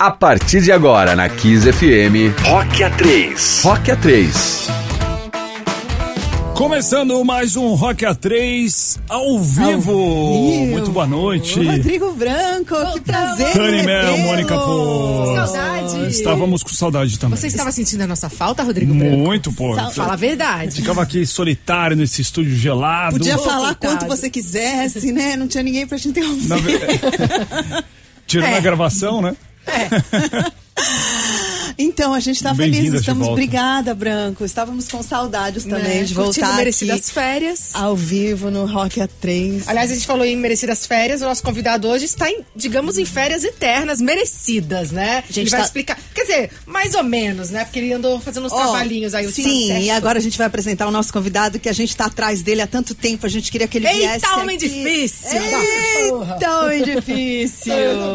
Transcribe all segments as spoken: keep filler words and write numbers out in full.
A partir de agora, na Kiss F M, Rock A três. Rock A três. Começando mais um Rock A três ao vivo. Ao vivo. Muito boa noite. Rodrigo Branco, que prazer. Tânia Mel, Mônica Pô. Saudade. Estávamos com saudade também. Você estava sentindo a nossa falta, Rodrigo Branco? Muito, pô. Fala a verdade. Ficava aqui solitário nesse estúdio gelado. Podia Oh, falar coitado. quanto você quisesse, né? Não tinha ninguém pra te interromper. Na... Tirando É. a gravação, né? Então, a gente tá Bem-vindas feliz, de estamos, volta. obrigada, Branco. Estávamos com saudades também Né? de Curtindo voltar merecidas aqui férias. ao vivo no Rock A três. Aliás, a gente falou em merecidas férias, o nosso convidado hoje está, em, digamos, em férias eternas, merecidas, né? A gente ele vai tá- explicar, quer dizer, mais ou menos, né? Porque ele andou fazendo uns Ó, trabalhinhos aí. o Sim, certo. e agora a gente vai apresentar o nosso convidado, que a gente tá atrás dele há tanto tempo, a gente queria que ele Eita, viesse homem aqui. difícil! Eita, homem difícil!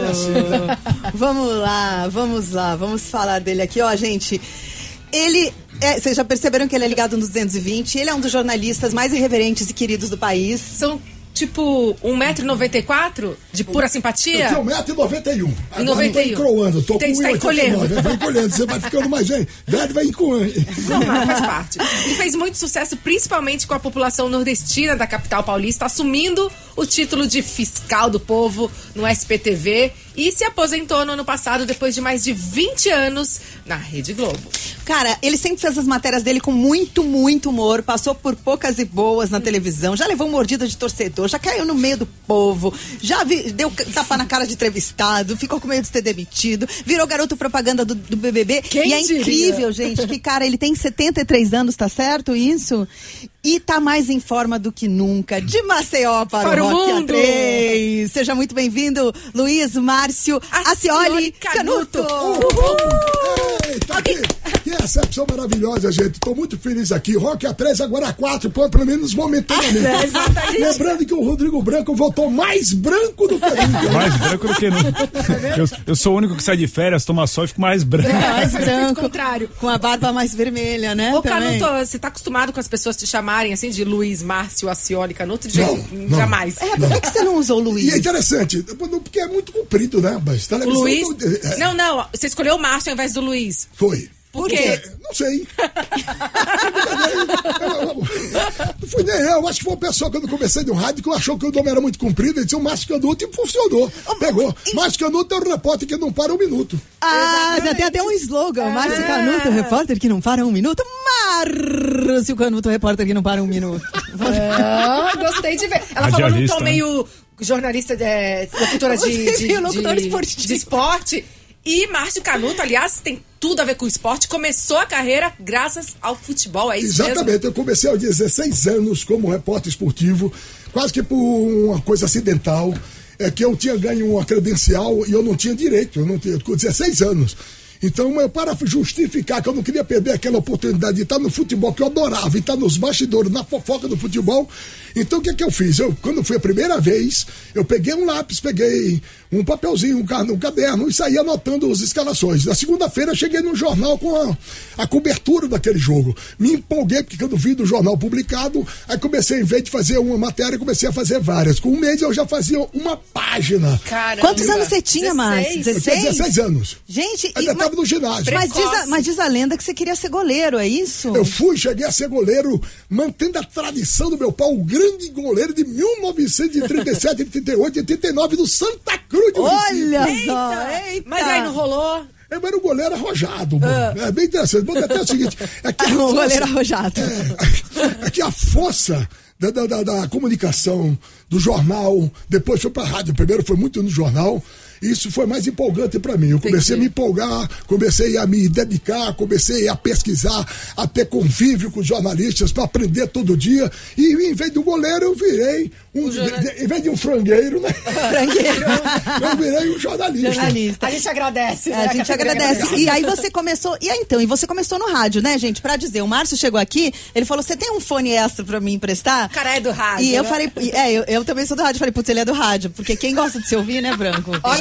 Vamos lá, vamos lá, vamos falar dele aqui, ó, gente. Ele, é, vocês já perceberam que ele é ligado no duzentos e vinte, ele é um dos jornalistas mais irreverentes e queridos do país. São, tipo, um metro e noventa e quatro de pura simpatia? Eu tenho um metro e noventa e um. Agora noventa e um. não tô encroando, tô Tem- com tá um e oitenta e nove. encolhendo. Vai encolhendo, você vai ficando mais velho, velho vai encolhendo. Normal, faz parte. Ele fez muito sucesso, principalmente com a população nordestina da capital paulista, assumindo o título de fiscal do povo no S B T V e se aposentou no ano passado depois de mais de vinte anos na Rede Globo. Cara, ele sempre fez as matérias dele com muito, muito humor, passou por poucas e boas na televisão, já levou mordida de torcedor, já caiu no meio do povo, já vi- deu tapa na cara de entrevistado, ficou com medo de ser demitido, virou garoto propaganda do, do B B B. Quem e é diria? incrível, gente, que, cara, ele tem setenta e três anos, tá certo isso? E tá mais em forma do que nunca. De Maceió para, Para o o Rock mundo. A três. Seja muito bem-vindo, Luiz Márcio Acioli Canuto. Eita, que, que recepção maravilhosa, gente. Tô muito feliz aqui. Rock A três, agora a quatro, pelo menos momentaneamente. É, exatamente. Lembrando que o Rodrigo Branco voltou mais branco do que nunca. Mais branco do que nunca. Eu, eu sou o único que sai de férias, toma sol e fico mais branco. Mais Feito branco, contrário. com a barba mais vermelha, né? Ô, também. Canuto, você tá acostumado com as pessoas te chamarem assim de Luiz Márcio Acioli Canuto? De Não, jeito- não. Jamais. É, por que, que você não usou o E Luiz? é interessante, porque é muito comprido, né? Mas O televisão Luiz. não- é, Não, não, você escolheu o Márcio ao invés do Luiz. Foi. Por quê? Não sei. Não fui nem eu, acho que foi uma pessoa quando comecei no rádio que achou que o nome era muito comprido, ele disse o Márcio Canuto e funcionou. Pegou. Márcio Canuto é um repórter que não para um minuto. Ah, já tem até um slogan. Márcio Canuto, repórter que não para um minuto. Márcio Canuto, repórter que não para um minuto. Ah, gostei de ver. Ela falou num Radialista, tom né? meio jornalista, é, locutora de, Você de, viu, locutor de- esportivo. de esporte. E Márcio Canuto, aliás, tem tudo a ver com o esporte. Começou a carreira graças ao futebol, é isso Exatamente, mesmo? eu comecei aos dezesseis anos como repórter esportivo, quase que por uma coisa acidental, é que eu tinha ganho uma credencial e eu não tinha direito, eu não tinha, com dezesseis anos. Então, eu, para justificar que eu não queria perder aquela oportunidade de estar no futebol que eu adorava, e estar nos bastidores, na fofoca do futebol, então o que é que eu fiz? Eu, quando foi a primeira vez, eu peguei um lápis, peguei um papelzinho, um, ca- um caderno e saí anotando as escalações. Na segunda-feira, eu cheguei no jornal com a, a cobertura daquele jogo. Me empolguei, porque quando vi do jornal publicado, aí comecei, em vez de fazer uma matéria, comecei a fazer várias. Com um mês, eu já fazia uma página. Caramba. Quantos anos você tinha, Márcio? Eu tinha dezesseis anos. Gente, Ainda e- estava no ginásio. mas, diz a, Precoce. mas diz a lenda que você queria ser goleiro, é isso? Eu fui, cheguei a ser goleiro, mantendo a tradição do meu pai, o grande goleiro de mil novecentos e trinta e sete, trinta e oito, oitenta e nove do Santa Cruz de Recife. Olha Eita, só, eita. Mas aí não rolou. Eu era um goleiro arrojado, mano. É bem interessante. Bom, até o seguinte, é que a Ah, o força- goleiro arrojado. É, é que a força da, da, da, da comunicação, do jornal, depois foi pra rádio. Primeiro foi muito no jornal. Isso foi mais empolgante para mim. Eu comecei Entendi. a me empolgar, comecei a me dedicar, comecei a pesquisar, a ter convívio com os jornalistas para aprender todo dia. E em vez do goleiro, eu virei um. jornal- de- Em vez de um frangueiro, né? Frangueiro. Eu virei um jornalista. Jornalista. A gente agradece. né? A gente categoria agradece. E aí você começou. E aí então, e você começou no rádio, né, gente? Pra dizer, o Márcio chegou aqui, ele falou: você tem um fone extra pra me emprestar? O cara é do rádio. E eu né? falei, é, eu, eu também sou do rádio. Falei, putz, ele é do rádio. Porque quem gosta de se ouvir, né, Branco? Olha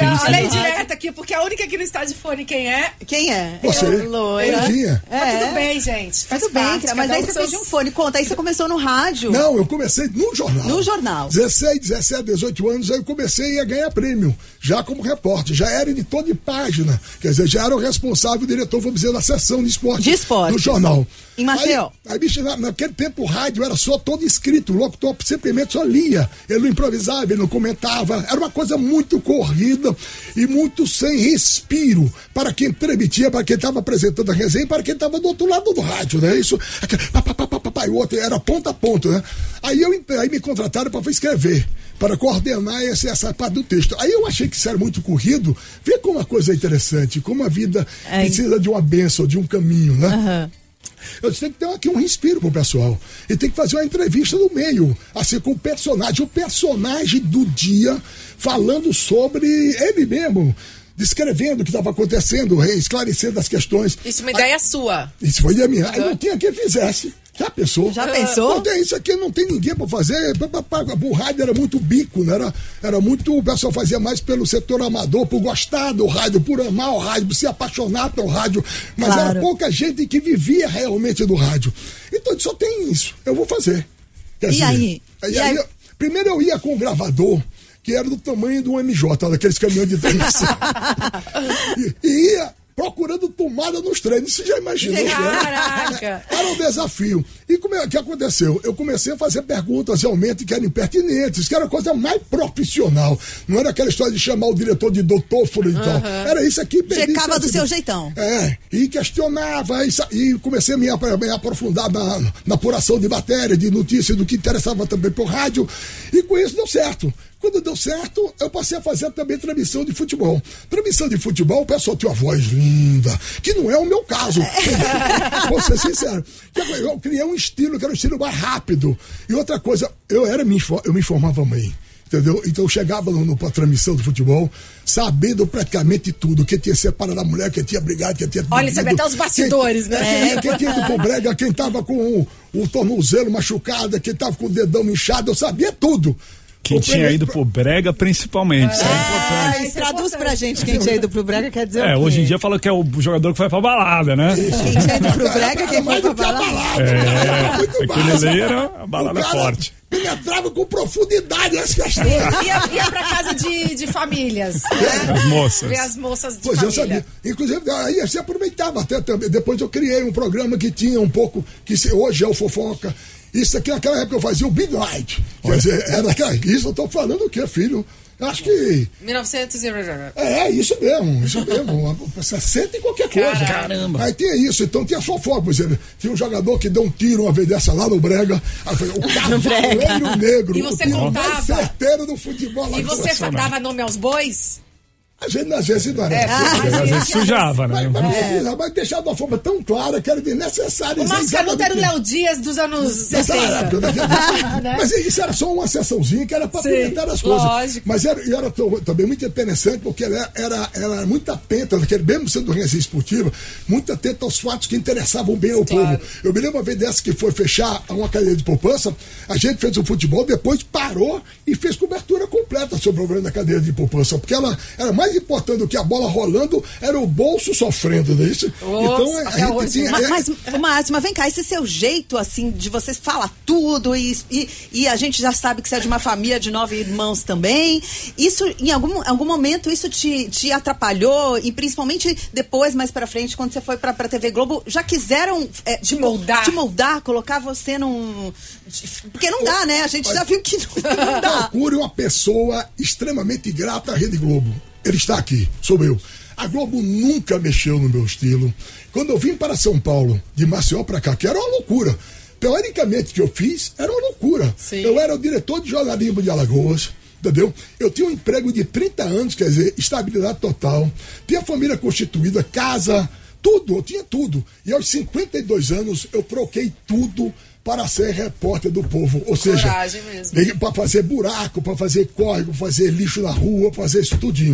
Olha, olha a sim. indireta aqui, porque a única que não está de fone, quem é? Quem é? Você. Eu, loira. Loirinha. É. Mas tudo bem, gente. Faz Tudo bem, parte, mas cada aí um você com seus- pediu um fone. Conta, aí você começou no rádio. Não, eu comecei no jornal. No jornal. dezesseis, dezessete, dezoito anos, aí eu comecei a ganhar prêmio, já como repórter, já era editor de página, quer dizer, já era o responsável, o diretor, vamos dizer, da seção de esporte, De esportes. do jornal. Em Maceió. Aí, aí bicho, na, naquele tempo o rádio era só todo escrito, o locutor simplesmente só lia, ele não improvisava, ele não comentava, era uma coisa muito corrida e muito sem respiro para quem transmitia, para quem estava apresentando a resenha e para quem estava do outro lado do rádio, né? Isso, pá, pá, pá, pá, pá, pá, e o outro era ponto a ponto, né? Aí, eu, aí me contrataram para escrever, para coordenar essa, essa parte do texto. Aí eu achei que isso era muito corrido. Vê como uma coisa interessante, como a vida É. precisa de uma bênção, de um caminho, né? Aham. Eu tenho que ter aqui um respiro pro pessoal. E tem que fazer uma entrevista no meio, assim, com o personagem, o personagem do dia, falando sobre ele mesmo, descrevendo o que estava acontecendo, esclarecendo as questões. Isso é uma ideia sua. Isso foi a minha. Aí não tinha quem fizesse. Já pensou? Já pensou? Não tem, isso aqui não tem ninguém pra fazer. O rádio era muito bico, né? Era, era muito. O pessoal fazia mais pelo setor amador, por gostar do rádio, por amar o rádio, por se apaixonar pelo rádio. Mas Claro. era pouca gente que vivia realmente do rádio. Então só tem isso. Eu vou fazer. Quer E aí? aí, E aí? eu- primeiro eu ia com o gravador, que era do tamanho do M J, daqueles caminhões de trem. e, e ia procurando tomada nos treinos. Você já imaginou? né? Caraca. Era um desafio. E como é, o que aconteceu? Eu comecei a fazer perguntas realmente que eram impertinentes, que era coisa mais profissional. Não era aquela história de chamar o diretor de doutor fulano e tal. Era isso aqui. Checava do assim, seu jeitão. É, e questionava, e, sa- e comecei a me, ap- me aprofundar na, na apuração de matéria, de notícias, do que interessava também pro rádio. E com isso deu certo. Quando deu certo, eu passei a fazer também transmissão de futebol. Transmissão de futebol, o pessoal tinha uma voz linda, que não é o meu caso. Vou ser sincero. Eu criei um estilo que era um estilo mais rápido. E outra coisa, eu, era, me infor- eu me informava bem. Entendeu? Então eu chegava no, no, pra transmissão do futebol, sabendo praticamente tudo, quem tinha separado a mulher, quem tinha brigado, quem tinha. Olha, você vê até os bastidores, quem, né? Quem, quem tinha ido pro brega, quem tava com o, o tornozelo machucado, quem tava com o dedão inchado, eu sabia tudo. Quem Eu tinha peguei ido pra- pro Brega, principalmente. Isso é importante. Ai, traduz pra gente quem tinha ido pro Brega, quer dizer o É, quê? hoje em dia fala que é o jogador que vai pra balada, né? Quem tinha ido pro Brega, quem foi Mais pra do que a balada. balada. É, Muito aquele massa. leira, a balada O é cara forte. penetrava com profundidade as questões. Ia, ia pra casa de, de famílias, né? As moças. Ver as moças de Pois eu família. sabia. Inclusive, aí você aproveitava até também. Depois eu criei um programa que tinha um pouco, que se- hoje é o Fofoca. Isso aqui naquela época eu fazia o Big Night. Quer dizer, era aquela, isso eu tô falando o quê, filho? Acho que mil e novecentos e... é isso mesmo, isso mesmo. sessenta e qualquer coisa. Caramba. Aí tinha isso, então tinha fofoca, por exemplo. Tinha um jogador que deu um tiro uma vez dessa lá no Brega. Aí foi o Cavaleiro Negro. E você o tiro contava? mais certeiro do futebol lá E de você São Paulo. dava nome aos bois? A gente, às vezes, não era. É, Às vezes sujava, né? Mas, mas, mas deixar de uma forma tão clara que era desnecessário. O Márcio Canuto era o Léo Dias dos anos Nessa época, sessenta. né? Mas isso era só uma sessãozinha que era para Sim, apimentar as coisas. lógico. Mas era, e era to- também muito interessante, porque ela era, ela era muito atenta, naquele- mesmo sendo resenha esportiva, muito atenta aos fatos que interessavam bem ao Claro. povo. Eu me lembro uma vez dessa que foi fechar uma cadeia de poupança, a gente fez o futebol, depois parou e fez cobertura completa sobre o problema da cadeia de poupança, porque ela era mais importante do que a bola rolando, era o bolso sofrendo, não é isso? Nossa, a até gente hoje. tinha- Ma- é- Mas, Márcio, mas vem cá, esse seu jeito, assim, de você falar tudo e, e, e a gente já sabe que você é de uma família de nove irmãos também, isso, em algum, algum momento, isso te, te atrapalhou e principalmente depois, mais pra frente, quando você foi pra, pra T V Globo, já quiseram é, Te moldar. te moldar, colocar você num... Porque não dá, né? A gente já viu que não, não dá. Procure uma pessoa extremamente grata à Rede Globo. Ele está aqui, sou eu. A Globo nunca mexeu no meu estilo. Quando eu vim para São Paulo, de Maceió para cá, que era uma loucura. Teoricamente, o que eu fiz era uma loucura. Sim. Eu era o diretor de jornalismo de Alagoas, entendeu? Eu tinha um emprego de trinta anos, quer dizer, estabilidade total. Tinha família constituída, casa, tudo, eu tinha tudo. E aos cinquenta e dois anos, eu troquei tudo para ser repórter do povo. Ou seja, Coragem mesmo. para fazer buraco, para fazer córrego, fazer lixo na rua, fazer isso tudinho.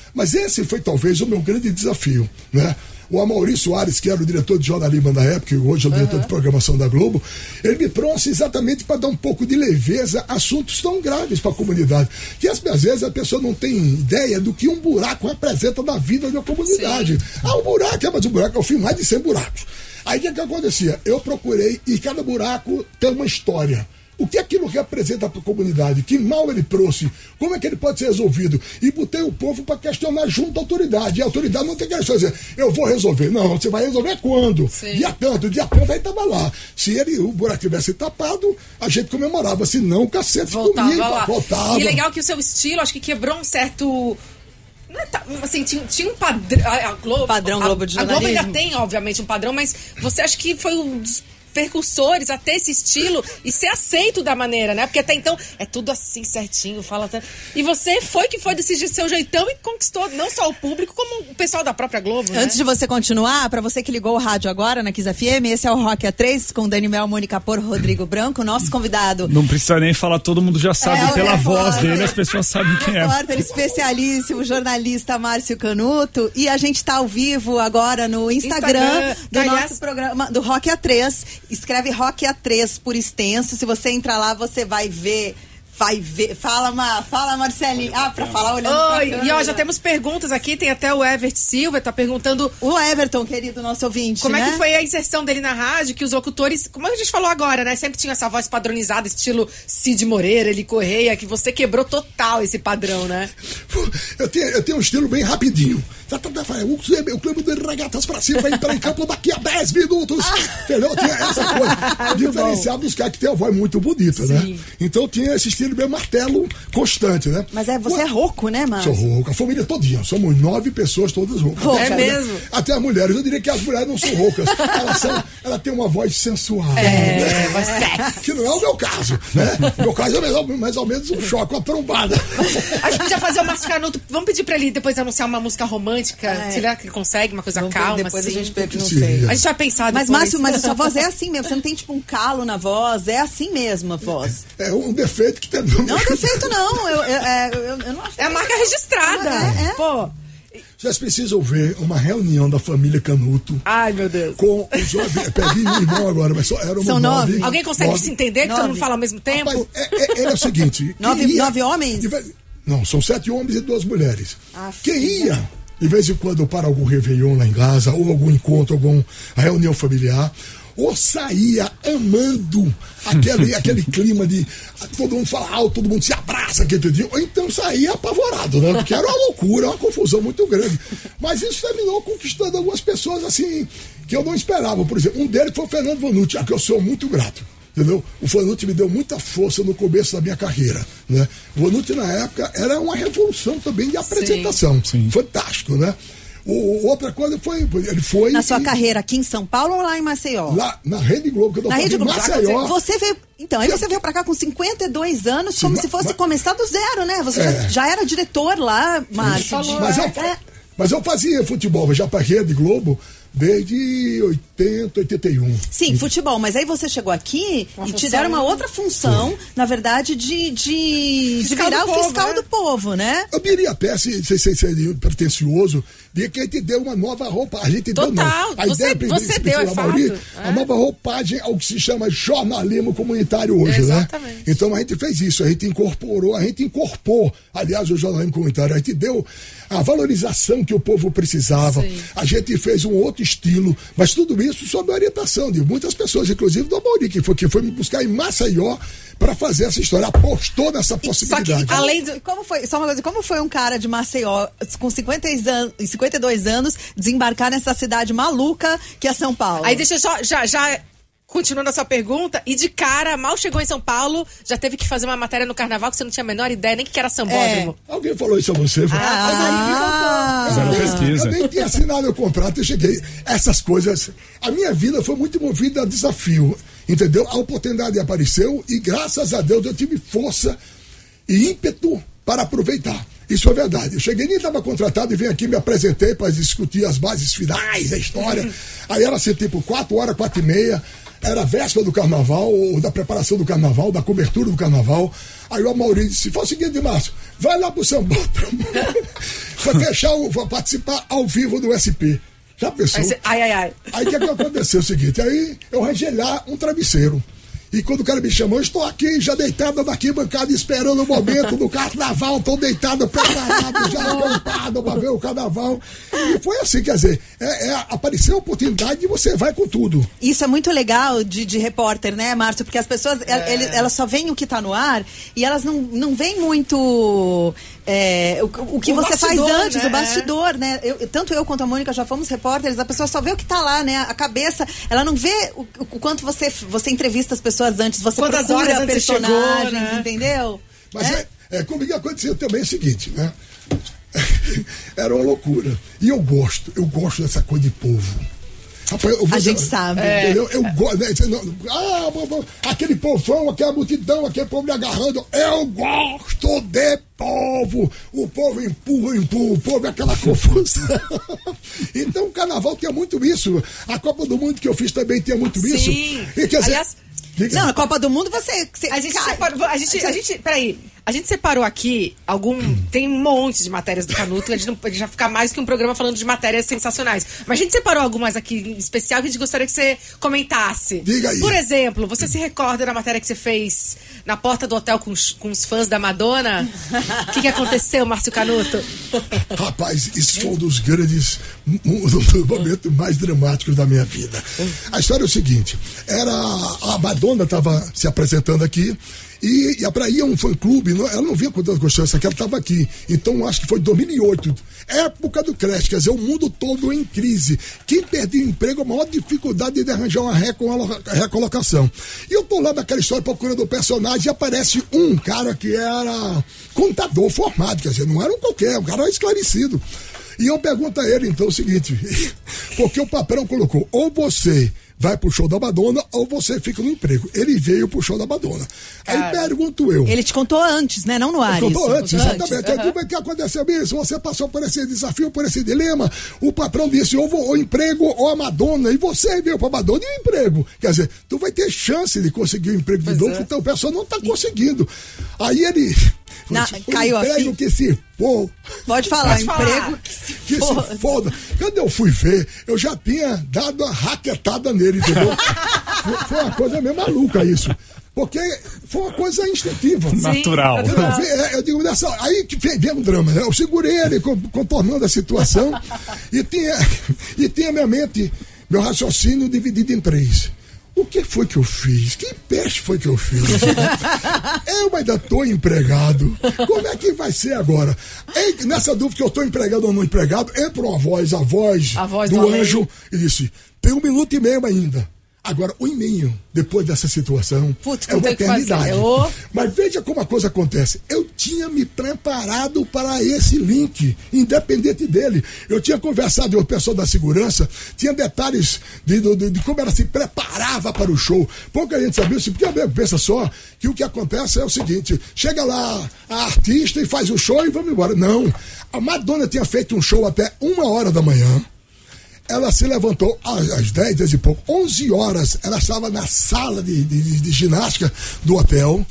Mas esse foi talvez o meu grande desafio, né? O Amaury Soares, que era o diretor de jornalismo na época, e hoje é o diretor uhum. de programação da Globo, ele me trouxe exatamente para dar um pouco de leveza a assuntos tão graves para a comunidade. Que às vezes a pessoa não tem ideia do que um buraco representa na vida da comunidade. Sim. Ah, um buraco, é, mas um buraco, eu fiz mais de cem buracos. Aí o que, que acontecia? Eu procurei, e cada buraco tem uma história. O que aquilo representa para a comunidade? Que mal ele trouxe? Como é que ele pode ser resolvido? E botei o povo para questionar junto à autoridade. E a autoridade não tem que dizer, eu vou resolver. Não, você vai resolver quando? Sim. Dia tanto, dia tanto, aí estava lá. Se ele, o buraco tivesse tapado, a gente comemorava. Se não, o cacete voltava comia, lá. voltava. E legal que o seu estilo, acho que quebrou um certo... Assim, tinha, tinha um padrão. A Globo, padrão Globo de jornalismo. A Globo ainda tem, obviamente, um padrão, mas você acha que foi um dos percursores a ter esse estilo e ser aceito da maneira, né? Porque até então é tudo assim certinho, fala até... E você foi que foi desse seu jeitão e conquistou não só o público, como o pessoal da própria Globo, né? Antes de você continuar, pra você que ligou o rádio agora na Kiss F M, esse é o Rock A três com Dani Mel, Mônica Por, Rodrigo Branco, nosso convidado. Não precisa nem falar, todo mundo já sabe é, pela voz dele, as pessoas sabem quem é. Repórter especialíssimo, jornalista Márcio Canuto, e a gente tá ao vivo agora no Instagram, Instagram do aliás, nosso programa, do Rock A três. Escreve Rock A três por extenso. Se você entrar lá, você vai ver. Vai ver. Fala, Ma, fala, Marcelinho. Ah, pra falar olhando Oi, pra e ó, já temos perguntas aqui. Tem até o Everton Silva, tá perguntando. O Everton, querido, nosso ouvinte. Como né? é que foi a inserção dele na rádio? Que os locutores, como a gente falou agora, né? Sempre tinha essa voz padronizada, estilo Cid Moreira, Eli Correia, que você quebrou total esse padrão, né? Eu tenho, eu tenho um estilo bem rapidinho. O clube do Regatas pra cima vai entrar em campo daqui a dez minutos. Entendeu? Tinha essa coisa diferenciada dos caras que tem a voz muito bonita, sim, né? Então tinha esse estilo bem martelo constante, né? Mas é, você Ué, é rouco, né, Márcio? Sou rouco. A família todinha. Somos nove pessoas, todas roucas. Rouca, é mesmo? Até as mulheres. Eu diria que as mulheres não são roucas. Elas, são, elas têm uma voz sensual. É, né? voz sexy. Que não é o meu caso, né? O meu caso é mais ou, mais ou menos um choque, uma trombada. A gente podia fazer o Márcio Canuto. Vamos pedir pra ele depois anunciar uma música romântica. É. Será que ele consegue? Uma coisa Vamos calma, depois assim? a gente pega, não sei. A gente vai pensar depois. Mas, Márcio, mas a sua voz é assim mesmo. Você não tem, tipo, um calo na voz. É assim mesmo a voz. É, é um defeito que tem... Não é defeito, não. Eu, eu, eu, eu, eu não acho. É a marca registrada. É, é. Pô... Vocês precisam ver uma reunião da família Canuto. Ai, meu Deus. Com os jovens. Perdi meu irmão agora, mas só eram São nove. nove. Alguém consegue nove. se entender? Que nove. todo mundo fala ao mesmo tempo? Rapaz, é, é, é o seguinte. Nove, ia, nove homens? Não, são sete homens e duas mulheres. Ah, quem ia, de vez em quando, para algum réveillon lá em casa, ou algum encontro, alguma reunião familiar, ou saía amando aquele, aquele clima de todo mundo fala alto, todo mundo se abraça, ou então saía apavorado, né? Porque era uma loucura, uma confusão muito grande. Mas isso terminou conquistando algumas pessoas assim que eu não esperava. Por exemplo, um deles foi o Fernando Vanucci, a que eu sou muito grato. Entendeu? O Vanucci me deu muita força no começo da minha carreira, né? O Vanucci na época era uma revolução também de apresentação. Sim, sim. Fantástico, né? O, outra coisa foi, ele foi... Na sua e, carreira aqui em São Paulo ou lá em Maceió? Lá, na Rede Globo, que eu tô na Rede Globo. Maceió. Você veio, então, aí você veio pra cá com cinquenta e dois anos, sim, como mas, se fosse mas, começar do zero, né? Você é, já, já era diretor lá, Márcio. Mas, eu, é. mas eu fazia futebol já pra Rede Globo desde oitenta, oitenta e um. Sim, futebol, mas aí você chegou aqui uma e te deram uma outra função, sim, na verdade, de, de, de virar o fiscal, né, do povo, né? Eu diria até, se você seria pretencioso, de que a gente deu uma nova roupagem. A gente Total, deu, não. A você, ideia, você deu, é fato. Mauri, é. A nova roupagem ao que se chama jornalismo comunitário hoje, exatamente, né? Então a gente fez isso, a gente incorporou, a gente incorporou, aliás, o jornalismo comunitário, a gente deu a valorização que o povo precisava, sim, a gente fez um outro estilo, mas tudo isso sob a orientação de muitas pessoas, inclusive do Amaury, que foi, que foi me buscar em Maceió para fazer essa história, apostou nessa possibilidade. Só que, além de, como foi, só uma coisa, como foi um cara de Maceió com cinquenta e dois anos desembarcar nessa cidade maluca que é São Paulo? Aí deixa eu só, já, já continuando a sua pergunta, e de cara, mal chegou em São Paulo, já teve que fazer uma matéria no carnaval que você não tinha a menor ideia, nem que era sambódromo. É. Alguém falou isso a você? Foi? Ah, ah, eu, nem, eu nem tinha assinado o contrato, eu cheguei. Essas coisas. A minha vida foi muito movida a desafio, entendeu? A oportunidade apareceu e, graças a Deus, eu tive força e ímpeto para aproveitar. Isso é verdade. Eu cheguei, nem estava contratado e vim aqui, me apresentei para discutir as bases finais da história. Aí era assim, tipo, quatro horas, quatro e meia. era a véspera do carnaval, ou da preparação do carnaval, da cobertura do carnaval. Aí o Amaury disse, faz o seguinte, Márcio, vai lá pro Sambó pra fechar, o, pra participar ao vivo do S P. Já pensou? Ai, ai, ai. Aí o que, que aconteceu? O seguinte, aí eu arranjei lá um travesseiro. E quando o cara me chamou, eu estou aqui, já deitado daqui, bancada, esperando o momento do carnaval, estou deitado, preparado, já acampado para ver o carnaval. E foi assim, quer dizer, é, é, apareceu a oportunidade e você vai com tudo. Isso é muito legal de, de repórter, né, Márcio? Porque as pessoas, é. elas, elas só veem o que está no ar e elas não, não veem muito... É, o, o que o você faz antes, né? O bastidor, né? Eu, tanto eu quanto a Mônica já fomos repórteres, a pessoa só vê o que tá lá, né? A cabeça, ela não vê o, o quanto você, você entrevista as pessoas antes, você Quantas procura horas personagens, chegou, né? Entendeu? Mas é? É, é, comigo aconteceu também o seguinte, né? Era uma loucura. E eu gosto, eu gosto dessa coisa de povo. Rapaz, eu vou, a gente sabe. É, eu, eu gosto. Né, ah, aquele povão, aquela multidão, aquele povo me agarrando. Eu gosto de povo. O povo empurra, empurra. O povo é aquela confusão. Então o carnaval tinha muito isso. A Copa do Mundo que eu fiz também tinha muito Sim. isso. E quer dizer, aliás, não, na Copa do Mundo você... você a gente cai. separou, a gente, a gente, peraí, a gente separou aqui algum, tem um monte de matérias do Canuto, a gente não pode já ficar mais que um programa falando de matérias sensacionais, mas a gente separou algumas aqui em especial que a gente gostaria que você comentasse. Diga aí. Por exemplo, você se recorda da matéria que você fez na porta do hotel com os, com os fãs da Madonna? O que, que aconteceu, Márcio Canuto? Rapaz, isso foi um dos grandes momentos mais dramáticos da minha vida. A história é o seguinte, era a Madonna estava se apresentando aqui e, e a Praia um fã-clube, ela não vinha com tanta constância que ela estava aqui. Então acho que foi dois mil e oito, época do creche, quer dizer, o mundo todo em crise. Quem perdeu o emprego, a maior dificuldade de arranjar uma recolocação. E eu tô lá naquela história procurando o personagem e aparece um cara que era contador formado, quer dizer, não era um qualquer, um cara esclarecido. E eu pergunto a ele então o seguinte, porque o patrão colocou, ou você vai pro show da Madonna ou você fica no emprego. Ele veio pro show da Madonna. Cara, aí pergunto eu. Ele te contou antes, né? Não no ar. Contou isso. antes, exatamente. Antes. Uhum. Como é que aconteceu isso? Você passou por esse desafio, por esse dilema. O patrão disse, ou o emprego ou a Madonna. E você veio pra Madonna e o emprego. Quer dizer, tu vai ter chance de conseguir o um emprego de pois novo, é. Então o pessoal não tá conseguindo. Aí ele... Na, o caiu a emprego que se for. Pode falar, Pode emprego falar. que se, que for. se foda. Quando eu fui ver, eu já tinha dado uma raquetada nele, entendeu? foi, foi uma coisa meio maluca isso. Porque foi uma coisa instintiva. Natural. Eu, eu, eu digo, nessa, aí que veio um drama, né? Eu segurei ele, contornando a situação, e tinha, e tinha minha mente, meu raciocínio dividido em três. O que foi que eu fiz? Que peste foi que eu fiz? Eu ainda estou empregado. Como é que vai ser agora? E nessa dúvida que eu estou empregado ou não empregado, entra uma voz, a voz, a voz do, do anjo, e disse, tem um minuto e meio ainda. Agora, o e-mail, depois dessa situação, Putz, é uma eternidade. Oh. Mas veja como a coisa acontece. Eu tinha me preparado para esse link, independente dele. Eu tinha conversado com o pessoal da segurança, tinha detalhes de, de, de como ela se preparava para o show. Pouca gente sabia isso, porque pensa só que o que acontece é o seguinte, chega lá a artista e faz o show e vamos embora. Não, a Madonna tinha feito um show até uma hora da manhã. Ela se levantou às dez, dez e pouco, onze horas, ela estava na sala de, de, de ginástica do hotel,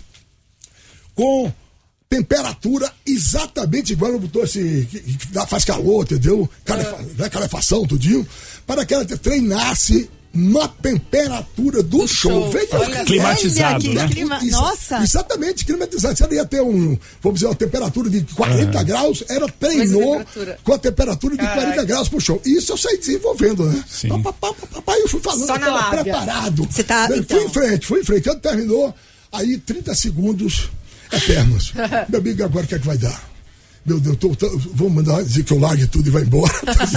com temperatura exatamente igual ao botão esse, que, que dá, faz calor, entendeu? Calefa, né, calefação, tudinho, para que ela treinasse na temperatura do, do show. show. Olha, climatizado, que, né? Clima... Isso, Nossa! Exatamente, climatizado. Se ela ia ter um, vamos dizer, uma temperatura de quarenta graus, ela treinou com a temperatura de Caraca. quarenta graus pro show. Isso eu saí desenvolvendo, né? Sim. Papai, eu fui falando, Só na lábia. preparado. Você tá, fui então... em frente, fui em frente. Quando terminou, aí trinta segundos eternos. Meu amigo, agora o que é que vai dar? Meu Deus, tô, tô, vou mandar dizer que eu largue tudo e vai embora.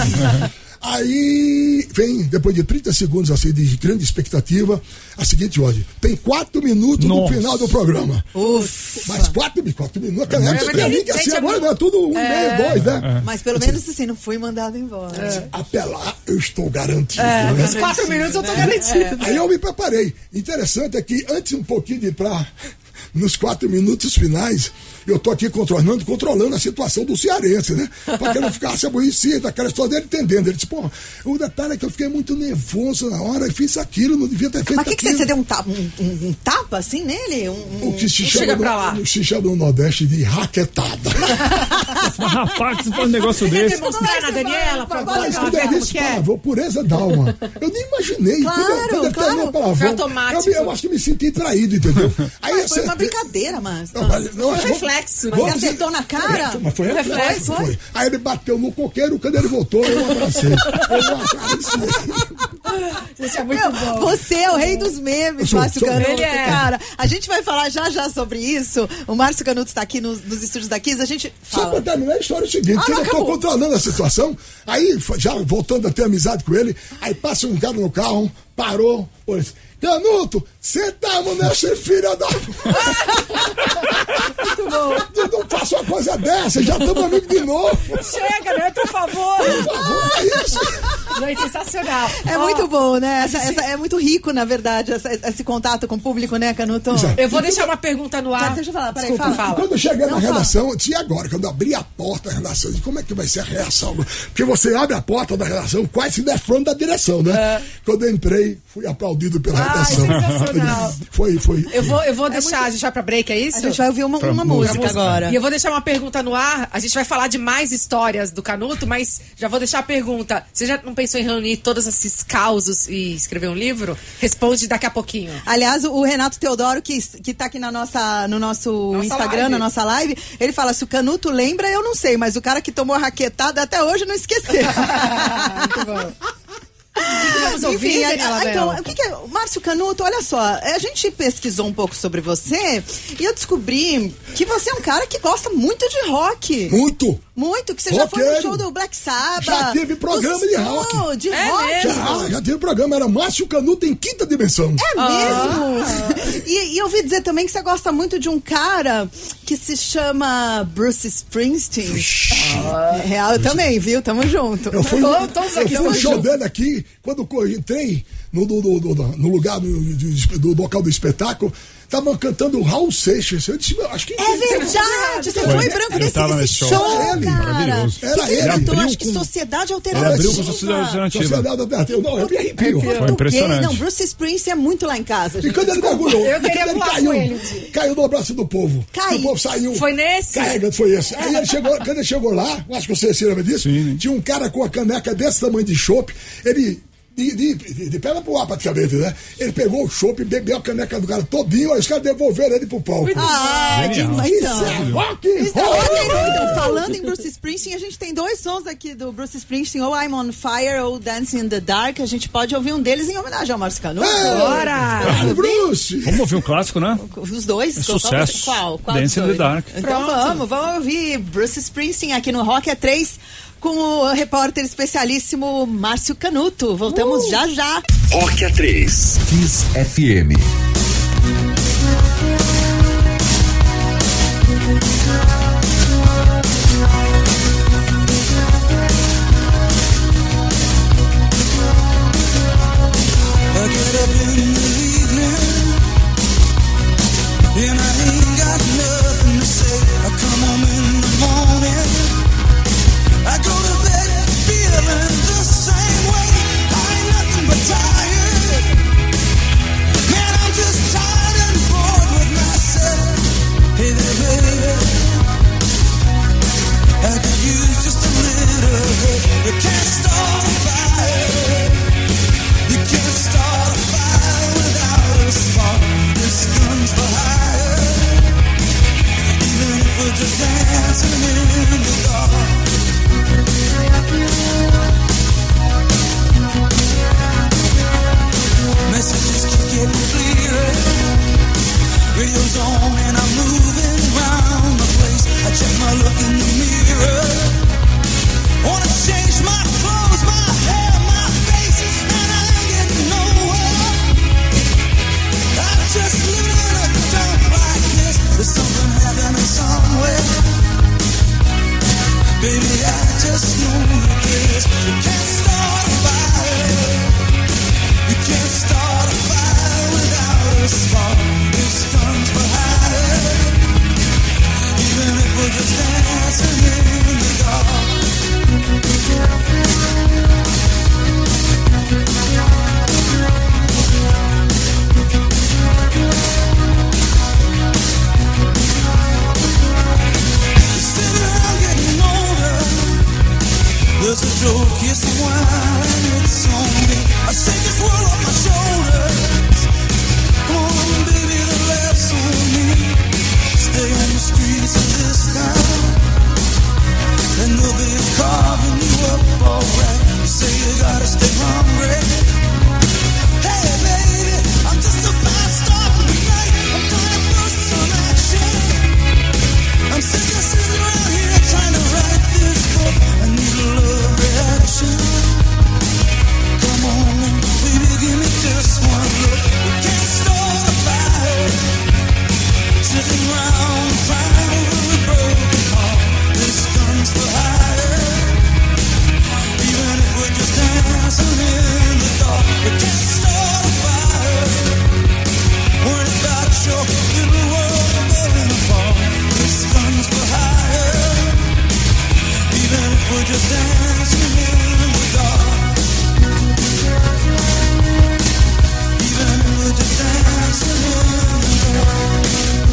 Aí vem, depois de trinta segundos assim, de grande expectativa, a seguinte ordem. Tem quatro minutos Nossa. no final do programa. Ufa. Mas quatro, quatro minutos, aquela época pra mim que assim, agora não é tudo um e meio, dois, né? É. Mas pelo assim, menos assim, não fui mandado embora. É. Até lá eu estou garantido. É, né? Os quatro minutos eu estou garantido. É. Aí eu me preparei. Interessante é que antes um pouquinho de ir pra nos quatro minutos finais, eu tô aqui controlando, controlando a situação do cearense, né? Pra que não ficasse aborrecido, aquela história dele entendendo. Ele disse, pô, o detalhe é que eu fiquei muito nervoso na hora e fiz aquilo, não devia ter feito Mas que que aquilo. você deu um tapa, um, um, um tapa assim nele? Um, um... O que se chama, chega no, pra lá. o que se chama no Nordeste de raquetada. Mas, rapaz, você faz um negócio Quer desse. demonstrar na Daniela? Pra vai, Mas ela quando ver eu como disse que é? palavrão, pureza d'alma. Eu nem imaginei. Claro, quando eu, quando eu claro. terminei o palavrão, Foi automático. Eu, eu acho que me senti traído, entendeu? Aí Mas foi você- uma brincadeira, mas... Não, mas- não, Foi acho- reflexo. Mas vamos você dizer- acertou na cara? Mas foi reflexo, Reflexo, foi. Aí ele bateu no coqueiro, quando ele voltou, eu abracei. Eu abracei. Gente, é muito Meu, bom. você é o rei dos memes, Sou, Márcio sou. Canuto, Ele é. cara. A gente vai falar já já sobre isso. O Márcio Canuto está aqui nos, nos estúdios da Kiss. A gente Só fala. pra terminar a história é o seguinte, Ah, que não, eu tô acabou. controlando a situação, aí já voltando a ter amizade com ele, aí passa um cara no carro, parou, olha assim, Canuto, sentamos nessa filha da... Muito bom. Eu não faço uma coisa dessa, já estamos amigos de novo. Chega, né? Por favor. Por favor, é isso. Gente, sensacional. É Ó, muito bom, né? Essa, essa- é muito rico, na verdade, essa- esse contato com o público, né, Canuto? Exato. Eu vou deixar uma pergunta no ar. Tá, deixa eu falar, peraí, Desculpa, fala. fala. Quando eu cheguei Não, na fala. redação, eu disse, e agora? Quando eu abri a porta da redação, eu disse, como é que vai ser a reação? Porque você abre a porta da redação, quase se defronta da direção, né? Quando eu entrei, fui aplaudido pela Ai, redação. sensacional. Foi, foi. Eu vou, eu vou deixar, a gente vai pra break, é isso? A gente vai ouvir uma, uma música, música. agora. E eu vou deixar uma pergunta no ar. A gente vai falar de mais histórias do Canuto, mas já vou deixar a pergunta. Você já não pensou em reunir todos esses causos e escrever um livro? Responde daqui a pouquinho. Aliás, o Renato Teodoro, que, que tá aqui na nossa, no nosso Nossa Instagram, live. na nossa live, ele fala, se o Canuto lembra, eu não sei, mas o cara que tomou a raquetada até hoje não esqueceu. Muito bom. Vamos ouvir, Enfim, Daniela a- então, Bel? o que que é? Márcio Canuto, olha só, a gente pesquisou um pouco sobre você e eu descobri que você é um cara que gosta muito de rock. Muito. Muito, que você já foi no Roqueiro. show do Black Sabbath. Já teve programa do de Snow, rock. De É rock. mesmo? Já, já teve programa, era Márcio Canuto em quinta dimensão. É mesmo? E, e eu ouvi dizer também que você gosta muito de um cara que se chama Bruce Springsteen. É real, eu também, viu? Tamo junto. Eu fui, Tô- todos eu aqui fui no estamos show juntos. dele aqui, quando eu entrei no, no, no, no- no lugar do, do, do local do espetáculo, estavam cantando o Raul Seixas. Eu disse, acho que... É verdade, você Foi. foi branco Eu nesse, tava nesse nesse show, show. Era ele. cara. Era Maravilhoso. Que que ele. ele cantou? Abriu Acho que com- Sociedade Ele Alternativa. abriu com Sociedade Alternativa. Sociedade Alternativa. Não, eu me arrepio. Foi Porque, impressionante. não, Bruce Springsteen é muito lá em casa, E gente. quando ele mergulhou, Eu e queria quando ele voar caiu, com ele um dia. caiu no abraço do povo. Caiu. O povo saiu. Foi nesse? Carregando, foi esse. Aí ele chegou, quando ele chegou lá, acho que você se lembra disso, Sim. tinha um cara com a caneca desse tamanho de chopp, ele... De, de, de, de perna pro ar, praticamente, né? Ele pegou o chopp, bebeu a caneca do cara todinho, aí os caras devolveram ele pro palco. Ah, que Genial. Isso então. é rock and Então, roll. olha aí, então, falando em Bruce Springsteen, a gente tem dois sons aqui do Bruce Springsteen, ou I'm on Fire ou Dancing in the Dark. A gente pode ouvir um deles em homenagem ao Márcio Canuto. Bora! Caralho, Bruce! Vamos ouvir um clássico, né? Os dois. É qual- sucesso. Qual? Qual Dancing dos in the dois? Dark. Então vamos, vamos ouvir Bruce Springsteen aqui no Rock é três com o repórter especialíssimo Márcio Canuto. Voltamos já já. Rock A três. Kiss F M. I get up in the evening and I ain't got nothing to say. I come home in the morning, I go to bed feeling the same way. I ain't nothing but tired, man. I'm just Here's the wine and it's on me. I shake this world off my shoulders. Come on, baby, the laughs on me. Stay on the streets of this town, and they'll be carving you up alright. You say you gotta stay hungry. Hey, baby, I'm just a fast star tonight. I'm dying for some action. I'm sick of sitting around here trying to write this book. I need a love reaction. Come on, baby, give me just one look. We can't start a fire, sitting around crying with a broken heart. This gun's for hire. Even if we're just dancing in the dark, we can't start a fire. Worried about your little world falling apart. This gun's for hire. Even if we're just dancing in the dark. Even if we're just dancing in the dark.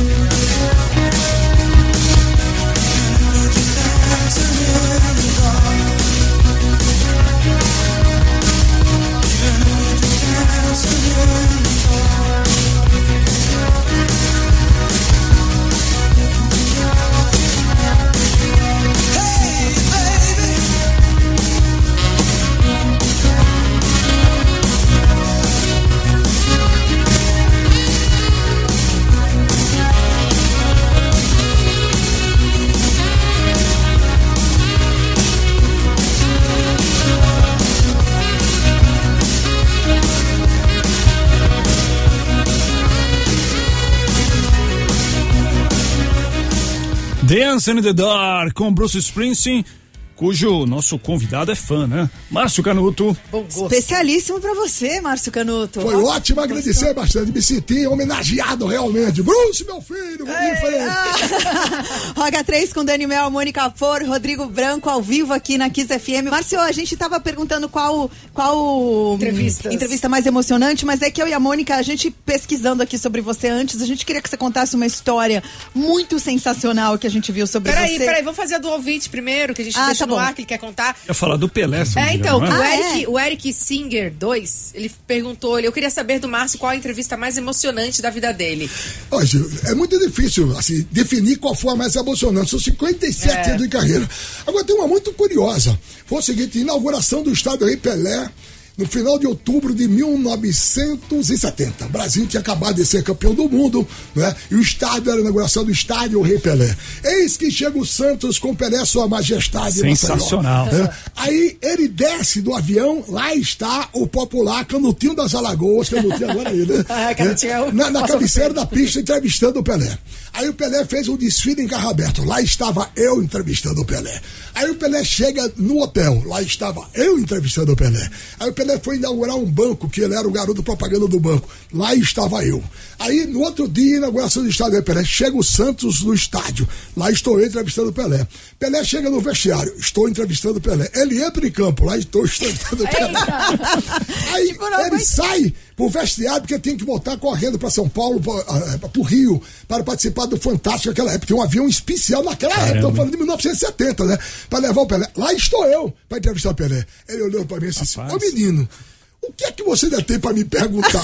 Even if we're just dancing in the dark. Even if we're just dancing in the dark. Hey, baby. Dance in the Dark com Bruce Springsteen, cujo nosso convidado é fã, né? Márcio Canuto. Bom gosto. Especialíssimo pra você, Márcio Canuto. Foi ótimo, agradecer bastante, me senti homenageado realmente. Bruce, meu filho, vamos em frente. Ah. Roga três com Dani Mel, Mônica For, Rodrigo Branco ao vivo aqui na Kiss F M. Márcio, a gente tava perguntando qual qual Entrevistas. entrevista mais emocionante, mas é que eu e a Mônica, a gente pesquisando aqui sobre você antes, a gente queria que você contasse uma história muito sensacional que a gente viu sobre Peraí, você. peraí, vamos fazer a do ouvinte primeiro, que a gente Ah, deixa tá no bom. ar, que ele quer contar. Ia falar do Pelé, se não É, me então, engano, o não é? Ah, Eric, é? o Eric Singer dois, ele perguntou, eu queria saber do Márcio qual a entrevista mais emocionante da vida dele. Hoje, é muito difícil assim, definir qual foi a mais emocionante. São cinquenta e sete É. anos de carreira. Agora tem uma muito curiosa. Foi o seguinte: inauguração do estádio Rei Pelé. No final de outubro de mil novecentos e setenta. O Brasil tinha acabado de ser campeão do mundo, né? E o estádio era a inauguração do estádio Rei Pelé. Eis que chega o Santos com Pelé, Sua Majestade. Sensacional. Maceió, né? Aí ele desce do avião, lá está o popular Canutinho das Alagoas, Canutinho agora aí, né? Ah, Canutinho é o- Na, na Nossa, cabeceira da pista, entrevistando o Pelé. Aí o Pelé fez um desfile em carro aberto. Lá estava eu entrevistando o Pelé. Aí o Pelé chega no hotel. Lá estava eu entrevistando o Pelé. Aí o Pelé foi inaugurar um banco, que ele era o garoto propaganda do banco. Lá estava eu. Aí no outro dia, inauguração do estádio do Pelé. Chega o Santos no estádio. Lá estou eu entrevistando o Pelé. Pelé chega no vestiário. Estou entrevistando o Pelé. Ele entra em campo. Lá estou entrevistando o Pelé. Aí ele sai pro vestiário, porque tem que voltar correndo para São Paulo, para o Rio, para participar do Fantástico naquela época. Tem um avião especial naquela Caramba. época, estou falando de mil novecentos e setenta, né? Para levar o Pelé. Lá estou eu para entrevistar o Pelé. Ele olhou para mim e disse: Rapaz. ô menino, o que é que você ainda tem para me perguntar?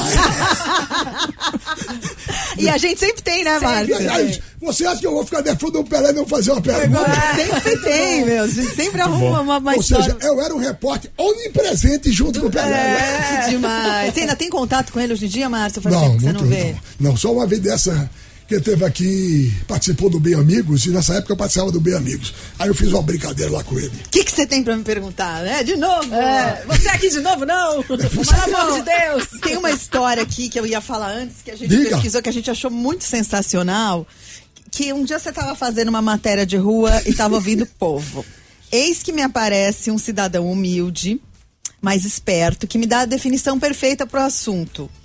E a gente sempre tem, né, Márcio? Aliás, você acha que eu vou ficar defendendo o Pelé e não fazer uma pergunta? Sempre tem, meu. A gente sempre arruma uma, uma Ou história. seja, eu era um repórter onipresente junto com o Pelé. né? É, demais. Você ainda tem contato com ele hoje em dia, Márcio? Faz tempo Não, que você muito não vê. não. Não, só uma vez dessa que ele teve aqui, participou do Bem Amigos, e nessa época eu participava do Bem Amigos. Aí eu fiz uma brincadeira lá com ele. O que que você tem pra me perguntar, né? De novo. É, você aqui de novo, não? Pelo amor de Deus. Tem uma história aqui que eu ia falar antes, que a gente Diga. pesquisou, que a gente achou muito sensacional, que um dia você estava fazendo uma matéria de rua e estava ouvindo o povo. Eis que me aparece um cidadão humilde, mais esperto, que me dá a definição perfeita pro assunto.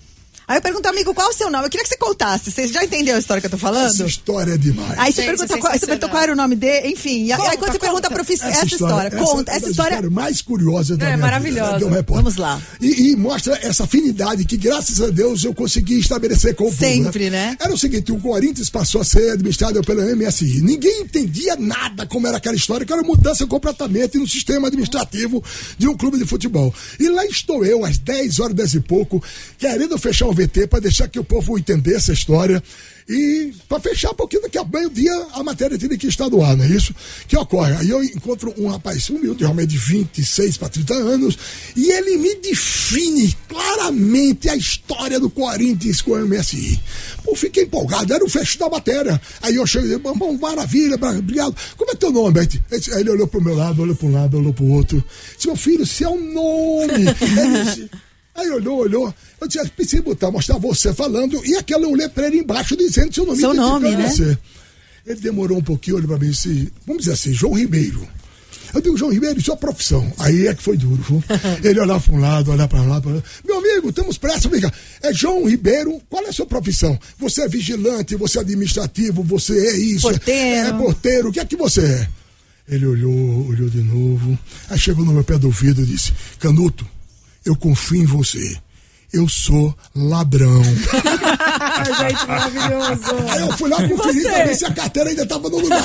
Aí eu pergunto, amigo, qual é o seu nome? Eu queria que você contasse. Você já entendeu a história que eu tô falando? Essa história é demais. Aí você Gente, pergunta qual, você perguntou qual era o nome dele, enfim. E aí Conta, quando você pergunta a profissão, essa, essa história, essa conta, é essa uma história. história mais curiosa da É, minha maravilhosa. vida. Né, Vamos lá. E, e mostra essa afinidade que, graças a Deus, eu consegui estabelecer com o povo. Sempre, né? Era o seguinte, o Corinthians passou a ser administrado pela M S I. Ninguém entendia nada como era aquela história, que era uma mudança completamente no sistema administrativo de um clube de futebol. E lá estou eu, às dez horas, dez e pouco, querendo fechar o V T para deixar que o povo entendesse a história. E para fechar, porque daqui a meio-dia a matéria teria que estar no ar, não é isso? Que ocorre. Aí eu encontro um rapaz humilde, realmente de vinte e seis para trinta anos, e ele me define claramente a história do Corinthians com o M S I. Pô, fiquei empolgado, era o fecho da matéria. Aí eu cheguei, bom, maravilha, obrigado. Como é teu nome, Bete? Aí ele olhou pro meu lado, olhou para um lado, olhou pro outro. Disse, meu filho, seu nome. Ele disse, aí olhou, olhou. Eu disse, pensei em botar, mostrar você falando, e aquela eu olhei pra ele embaixo dizendo seu nome. Seu nome, né? Você. Ele demorou um pouquinho, olhou pra mim e disse, vamos dizer assim, João Ribeiro. Eu digo, João Ribeiro, sua profissão. Aí é que foi duro, viu? Ele olhava para um lado, olhava para lá, para lá. Meu amigo, temos pressa, amiga. É João Ribeiro, qual é a sua profissão? Você é vigilante, você é administrativo, você é isso. Porteiro. É porteiro, o que é que você é? Ele olhou, olhou de novo, aí chegou no meu pé do ouvido e disse, Canuto, eu confio em você. Eu sou ladrão. Gente, maravilhoso. Aí eu fui lá conferir pra ver se a carteira ainda estava no lugar.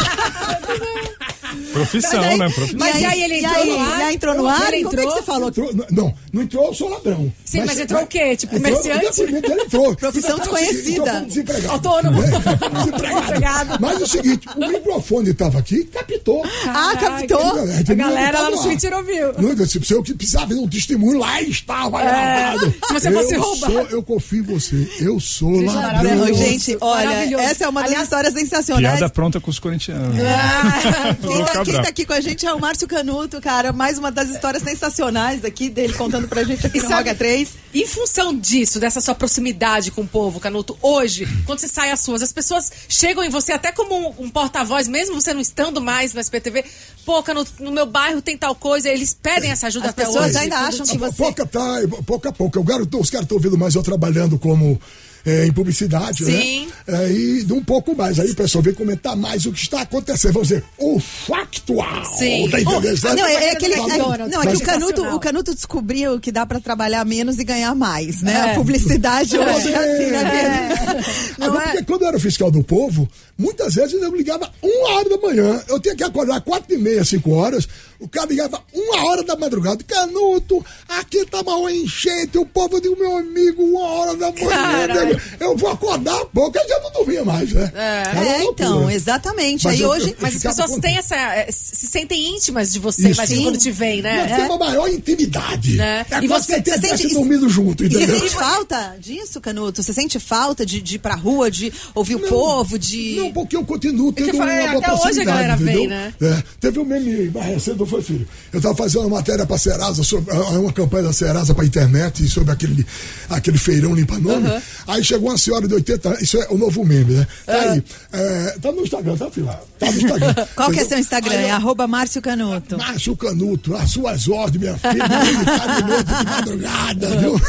Profissão, aí- né? Profissão. Mas e aí ele e entrou aí, no ar? já entrou no ar? Ele Como é que entrou? você falou? Entrou- não, não entrou, eu sou ladrão. Sim, mas entrou o quê? Tipo, entrou- comerciante? Depoimento ele entrou. Profissão Entrou como desconhecida. desempregado. Autônomo. Desempregado. Desempregado. Mas é o seguinte, o microfone estava aqui, captou. Ah, captou? A galera lá no Twitter ouviu. Não, eu disse, se eu que precisava fazer um testemunho, lá estava gravado. se você fosse eu roubado. sou- eu confio em você. Eu sou ladrão. maravilhoso. Gente, olha, Maravilhoso. essa é uma das Aliás, histórias sensacionais. Piada pronta com os corintianos. Ah, quem, Vou tá, ficar quem bravo. tá aqui com a gente é o Márcio Canuto, cara. Mais uma das histórias sensacionais aqui dele contando pra gente aqui E no sabe- Roga três. Em função disso, dessa sua proximidade com o povo, Canuto, hoje, quando você sai às ruas, as pessoas chegam em você até como um, um porta-voz, mesmo você não estando mais no S B T V. Pô, Canuto, no meu bairro tem tal coisa, eles pedem essa ajuda As até pessoas hoje. ainda acham que você... Pouco, tá, pouco a pouco. Eu garoto, os caras estão ouvindo mais eu trabalhando como é, em publicidade, Sim. né? É, e de um pouco mais. Aí o pessoal vem comentar mais o que está acontecendo. Vamos dizer, o factual. Sim. Tá entendendo? Oh, não, é, é aquele, do é, McDonald's, não, é que o Canuto, sensacional. o Canuto descobriu que dá pra trabalhar menos e ganhar mais, né? É. A publicidade hoje é assim, né, Pedro? Não Agora, é? porque quando eu era fiscal do povo, muitas vezes eu ligava uma hora da manhã. Eu tinha que acordar quatro e meia, cinco horas. O cara ligava uma hora da madrugada. Canuto, aqui tá mal enchente. O povo do meu amigo, uma hora da manhã. Caralho. Eu vou acordar pouco, eu já não dormia mais, né? Era uma É, loucura. então, exatamente. Mas Aí eu- hoje... eu- Mas as ficava pessoas contente. têm essa. eh, se sentem íntimas de você, Isso. imagina Sim. quando te veem, Nós né? temos uma maior intimidade. Né? É E quase você- que a gente você tivesse sente- dormido junto, E você entendeu? sente falta disso, Canuto? Você sente falta de, de ir pra rua, de ouvir o Não, povo, de... Não, porque eu continuo tendo que eu falei, uma boa até hoje a proximidade, galera vem, entendeu? né? É, teve um meme mais recente, não foi, filho? Eu tava fazendo uma matéria pra Serasa, sobre, uma campanha da Serasa pra internet, sobre aquele, aquele feirão limpa-nome. Uhum. Aí chegou uma senhora de oitenta anos, isso é o novo meme, né? Tá aí. É, tá no Instagram, tá, filho? Tá no Instagram. Qual que é Entendeu? seu Instagram? Aí É eu- arroba Márcio Canuto. Márcio Canuto, às suas ordens, minha filha, de noite, de madrugada, viu?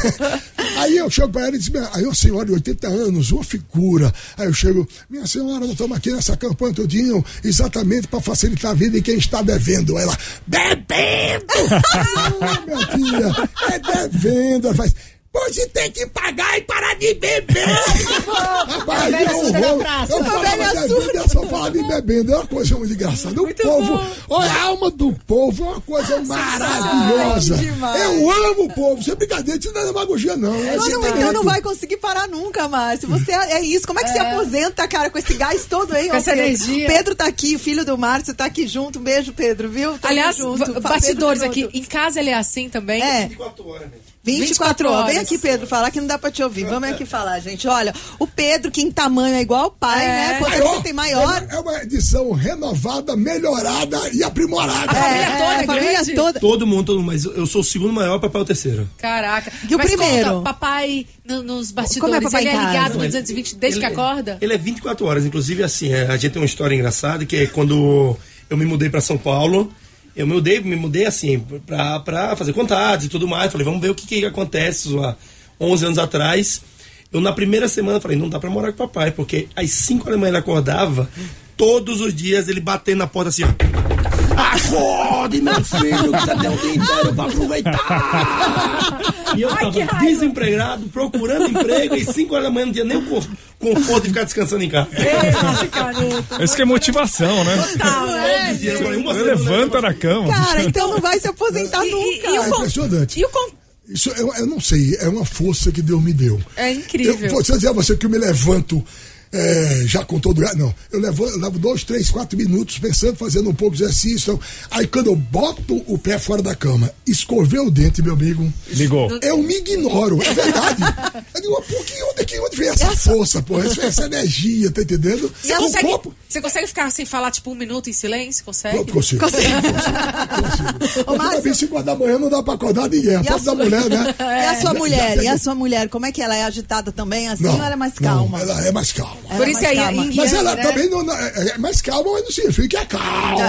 Aí eu chego pra ela e digo, aí uma senhora de oitenta anos, uma figura. Aí eu chego, minha senhora, nós estamos aqui nessa campanha todinho, exatamente para facilitar a vida de quem está devendo. Ela, bebendo! Ah, minha filha, é devendo. Ela faz, você tem que pagar e parar de beber! Rapaz, velha eu, surda na eu, praça. eu A velha falava devendo, surda. eu só falava de bebendo, é uma coisa muito engraçada. O Muito povo, bom. olha, a alma do povo é uma coisa maravilhosa. demais. Eu amo o povo, sem brincadeira, isso não é demagogia, não. É Não, não, sentimento. então não vai conseguir parar nunca, Márcio. Você é, é isso. Como é que você aposenta, cara, com esse gás todo aí? Com ó, essa Pedro? energia. Pedro tá aqui, o filho do Márcio tá aqui junto. Um beijo, Pedro, viu? Tamo Aliás, junto. ba- Pedro bastidores Canuto. aqui. Em casa ele é assim também? É. vinte e quatro horas, né? vinte e quatro horas. Vem horas. aqui, Pedro, falar que não dá pra te ouvir. Vamos aqui falar, gente. Olha, o Pedro, que em tamanho é igual ao pai, É. né? Quando Maior, você tem maior. É uma edição renovada, melhorada e aprimorada. família toda a é família grande? toda. Todo mundo, todo mundo, mas eu sou o segundo maior, papai é o terceiro. Caraca. E o Mas primeiro? conta, papai no- nos bastidores, Como é papai ele em é casa? ligado no Mas duzentos e vinte desde ele que é- acorda? Ele é vinte e quatro horas, inclusive assim, é, a gente tem uma história engraçada que é quando eu me mudei pra São Paulo, eu me mudei, me mudei assim, pra, pra fazer contatos e tudo mais, falei, vamos ver o que que acontece, a, onze anos atrás. Eu, na primeira semana, falei, não dá pra morar com o papai, porque às cinco da manhã ele acordava, todos os dias ele batendo na porta assim, ó. Acorde, meu filho, que você tem o dia inteiro pra aproveitar. E eu Ai, tava desempregado, procurando emprego, e cinco horas da manhã não tinha nem o co- conforto de ficar descansando em casa. Nossa, Canuto. Esse que é motivação, né? Total, né? Eu falei, uma Ele semana- levanta na cama. Cara, então não vai se aposentar E- e- nunca. e o É con- impressionante. E o con- Isso eu, eu não sei, é uma força que Deus me deu. É incrível. Eu, vou dizer a você que eu me levanto é, já com todo. Não, eu levo, eu levo dois, três, quatro minutos pensando, fazendo um pouco de exercício. Aí quando eu boto o pé fora da cama, escovei o dente, meu amigo. Ligou. Eu me ignoro, é verdade. Eu digo, por que onde, que, onde vem essa força, porra? Essa, essa energia, tá entendendo? Você o consegue, corpo. você consegue ficar sem falar, tipo, um minuto em silêncio? Consegue? Não consigo. Consegue. Consigo. Ô, Márcio. Porque cinco horas da manhã não dá pra acordar ninguém. A E a pobre da sua- mulher, né? E a sua Já- mulher? já- E a sua mulher? Como é que ela é agitada também assim Não, ou ela é mais calma? Não, ela é mais calma. Ela Por é isso mais aí, calma. em- Mas Yang, ela né? também não, não- é é mais calma, mas não significa que é calma.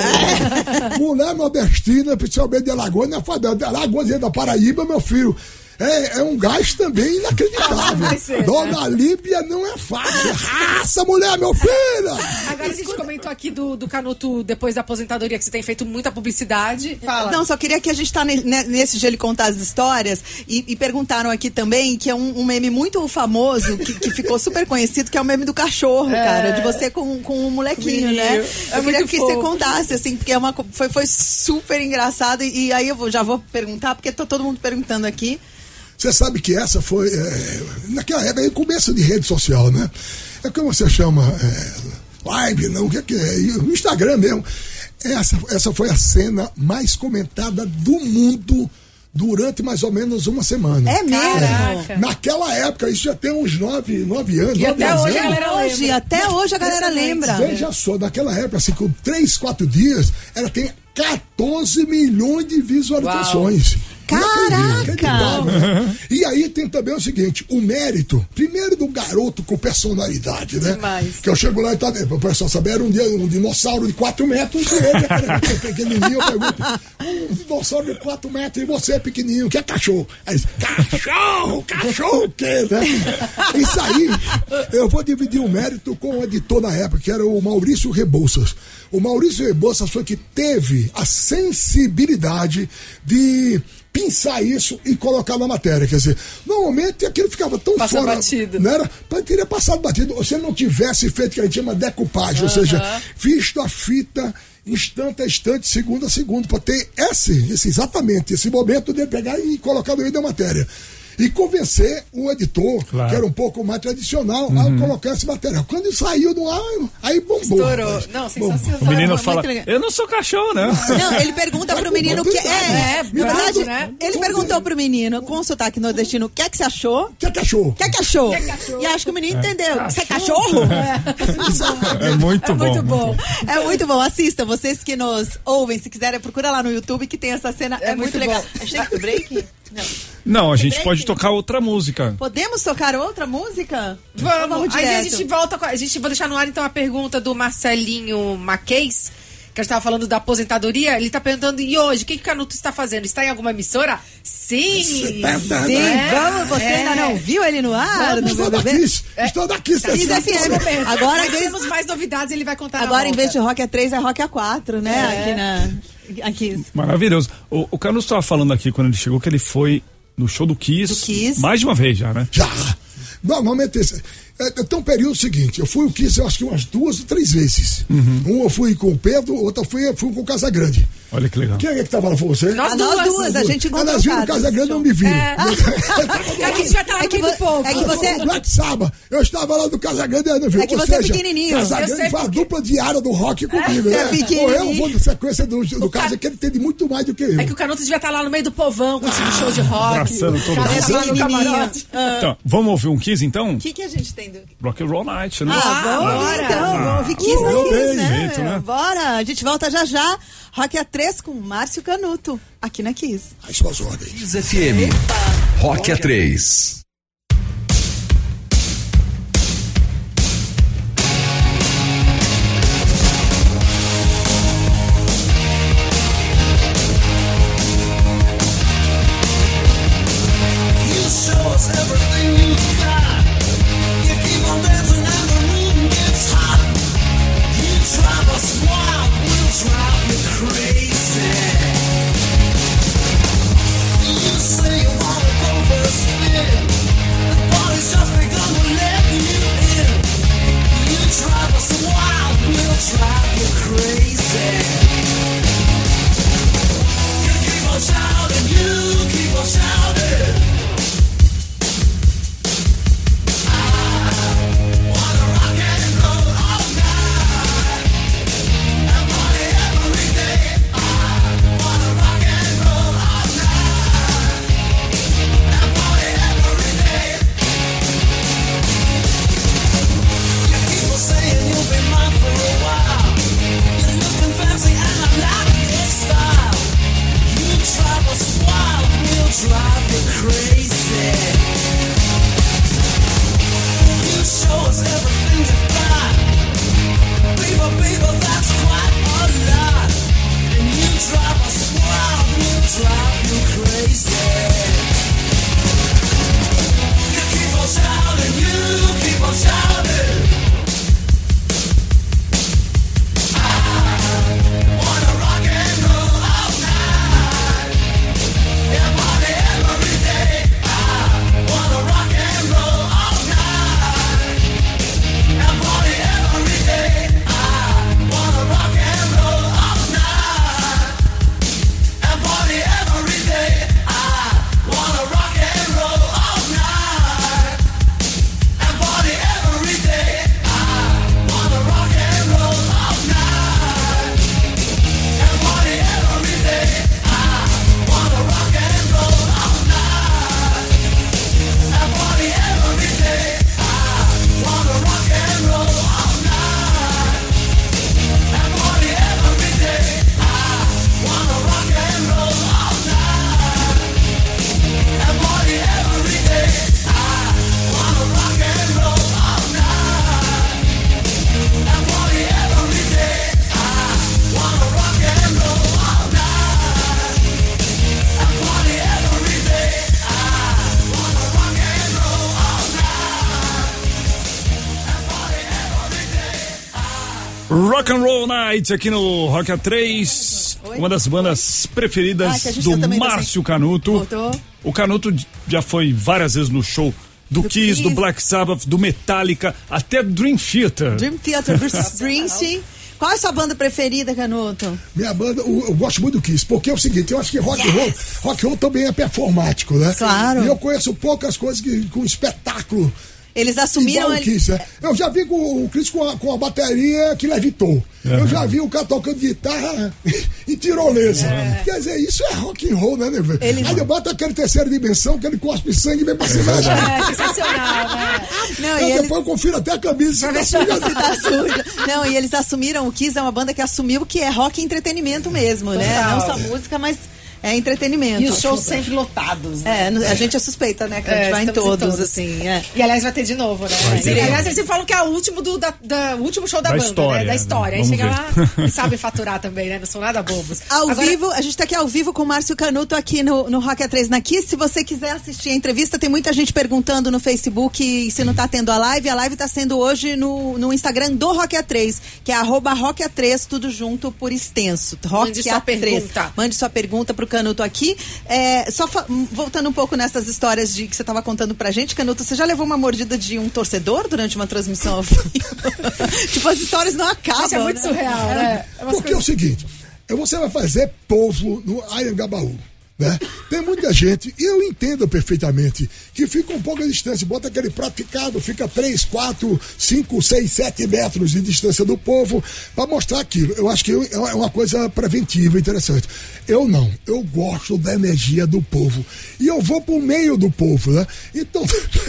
Mulher nordestina, principalmente de Alagoas, não é fadão. Alagoas da Paraíba, meu filho. É, é um gás também inacreditável. Vai ser, Dona Líbia não é fácil. É raça, mulher, meu filho! Agora a gente comentou aqui do, do Canuto depois da aposentadoria, que você tem feito muita publicidade. Fala. Não, só queria que a gente tá ne- ne- nesse dia ele contar as histórias e, e perguntaram aqui também que é um, um meme muito famoso que, que ficou super conhecido, que é o meme do cachorro, cara, de você com, com um molequinho, Menino. né? É Eu queria muito que você fofo. contasse, assim, porque é uma, co- foi, foi super engraçado e, e aí eu vou- já vou perguntar, porque tô todo mundo perguntando aqui. Você sabe que essa foi, é, naquela época, no começo de rede social, né? É como você chama, é, live, não, o que é que é? No Instagram mesmo. Essa, essa foi a cena mais comentada do mundo durante mais ou menos uma semana. É mesmo? Caraca. Naquela época, isso já tem uns nove, nove anos. E nove, até dez hoje a anos. galera Hoje, lembra. até hoje a galera lembra. Veja só, naquela época, assim, com três, quatro dias, ela tem quatorze milhões de visualizações. Caraca! Inacreditável, né? E aí tem também o seguinte, o mérito, primeiro do garoto com personalidade, né? Demais. Que eu chego lá e tá, o pessoal sabe, era um, dia, um dinossauro de quatro metros, e ele era pequenininho, eu pergunto, um dinossauro de quatro metros e você é pequenininho, que é cachorro? Aí, cachorro, cachorro o quê, né? Isso aí, eu vou dividir o mérito com o editor na época, que era o Maurício Rebouças. O Maurício Rebouças foi que teve a sensibilidade de pensar isso e colocar na matéria. Quer dizer, normalmente aquilo ficava tão Passa fora. batido. Não era? Teria passado batido. Se não tivesse feito o que a gente chama decupagem, ou seja, visto a fita instante a instante, segundo a segundo, para ter esse, esse, exatamente, esse momento de pegar e colocar no meio da matéria. E convencer o editor, Claro. que era um pouco mais tradicional, a colocar essa matéria. Quando saiu no ar, aí bombou. Estourou. rapaz. Não, Bombou. sensacional. O menino Muito fala, legal. eu não sou cachorro, não. Não, ele pergunta pro menino o que é. É, Na verdade, bravo, né? ele perguntou pro menino, com o sotaque nordestino, o que é que você achou? Que é cachorro? O que é cachorro? Que é cachorro? E acho que o menino entendeu. Você é cachorro? É muito É bom. muito bom. É muito bom. Assistam, vocês que nos ouvem, se quiserem, procura lá no YouTube que tem essa cena. É, É muito, muito legal. bom. A gente tem que ir pro break? Não. Não, a gente Break? pode tocar outra música. Podemos tocar outra música? Vamos, Vamos aí a direto. gente volta com a, a gente vou deixar no ar então a pergunta do Marcelinho Maquês, que a gente estava falando da aposentadoria. Ele está perguntando, e hoje, o que, que o Canuto está fazendo? Está em alguma emissora? Sim! Tá, tá, Sim, É. vamos. Você É. ainda não viu ele no ar? Vamos, no Estou B B B? daqui, estou daqui. você Kiss sabe. F M. Agora, Mas em vez- temos mais novidades, ele vai contar na Agora, em volta. vez de rock a três, é rock a quatro, né? É. Aqui na. Aqui. Maravilhoso. O, o Carlos estava falando aqui quando ele chegou que ele foi no show do Kiss, Do Kiss. mais de uma vez já, né? Já. Normalmente, esse, é, tem um período seguinte, eu fui o Kiss, eu acho que umas duas ou três vezes. Um eu fui com o Pedro, outra eu fui, fui com o Casagrande. Olha que legal. Quem é que tava lá com você? Nós Ah, nós duas. duas, a gente encontrou Elas viram o o Caso Casagrande, nesse não me viram. É. A gente já tá lá É no que meio do vo- povo. é que você- O Black Sabbath, eu estava lá do Casagrande e não viu. É que Ou você é seja, pequenininho. Eu Casagrande sei foi a porque- dupla diária do rock comigo, você né? é pequenininho. Ou eu vou na sequência do, do Ca- caso, que ele entende muito mais do que eu. É que o Canuto devia estar lá no meio do povão, curtindo show de rock. Abraçando todo Cadê mundo. lá no camarote? Então, vamos ouvir um Kiss então? O que, que a gente tem do. Rock and Roll Night, né? Ah, vamos bora. ouvir então. Vamos ouvir Kiss Ah, no Kiss, bem, né? jeito, né? Bora. A gente volta já já. Rock a três com Márcio Canuto, aqui na Kiss. As suas ordens. Kiss F M. Rock a três. You show us everything. crazy. You show us everything you've got. People, people, that's quite a lot. And you drive us wild, and you drive you crazy. You keep on shouting, you keep on shouting. I wanna rock and roll all night. Yeah, party every day. I wanna rock and roll all night. Yeah, party every day. I wanna rock and roll all night. And party every day. I wanna rock and roll all night. And party every day. I wanna rock and roll all night. And party every day. I wanna rock and roll all night. And party every day. I wanna rock and roll all night. And party every day. I wanna rock and roll all night. And party every day. I wanna rock and roll all night. And party every day. I wanna rock and roll all night. And party every day. I wanna rock and roll all night. Rock and Roll Night aqui no Rock A três, Oi? uma das bandas preferidas Ah, que a gente do tá também Márcio assim. Canuto. Voltou. O Canuto já foi várias vezes no show do, Do Kiss, do Kiss. Black Sabbath, do Metallica, até do Dream Theater. Dream Theater, Bruce Springsteen. Qual é a sua banda preferida, Canuto? Minha banda, eu, eu gosto muito do Kiss, porque é o seguinte, eu acho que rock and roll, rock and roll também é performático, né? Claro. E eu conheço poucas coisas que, com espetáculo. Eles assumiram... Igual o ele- Kiss, né? Eu já vi com o Chris com a, com a bateria que levitou. Eu já vi o cara tocando guitarra em tirolesa. Quer dizer, isso é rock and roll, né, nego? Eles- Aí eu boto aquele terceira dimensão, que ele cospe sangue e vem pra cima da gente. É sensacional, né? Não, Então, e eles... depois eu confiro até a camisa. Pra Se ver tá se suja. tá suja. Não, e eles assumiram, o Kiss é uma banda que assumiu que é rock e entretenimento mesmo, né? Total. Não só música, mas é entretenimento. E os shows sempre lotados, né? É, a gente é suspeita, né? Que a É, gente vai em estamos em todos, todos. assim. É. E aliás, vai ter de novo, né? Vai ter. Aliás, eles falam que é o último, do, da, da- o último show da, Da banda, história, né? Da história. Aí vamos chega ver. lá e sabem faturar também, né? Não são nada bobos. Ao Agora, vivo, a gente tá aqui ao vivo com o Márcio Canuto aqui no, no Rock A três na Kiss. Se você quiser assistir a entrevista, tem muita gente perguntando no Facebook se não tá tendo a live. A live tá sendo hoje no, no Instagram do Rock A três, que é arroba Rock A três, tudo junto por extenso. Rock Mande sua A três. pergunta. Mande sua pergunta pro Canuto aqui. É, só fa- voltando um pouco nessas histórias de que você tava contando pra gente, Canuto, você já levou uma mordida de um torcedor durante uma transmissão ao vivo? Tipo, as histórias não acabam. gente, é muito né? surreal, né? É umas Porque é o coisas- seguinte, é, você vai fazer povo no Anhangabaú, né? Tem muita gente, e eu entendo perfeitamente, que fica um pouco a distância, bota aquele praticado, fica três, quatro, cinco, seis, sete metros de distância do povo para mostrar aquilo. Eu acho que é uma coisa preventiva, interessante. Eu não, eu gosto da energia do povo. E eu vou pro meio do povo, né? Então,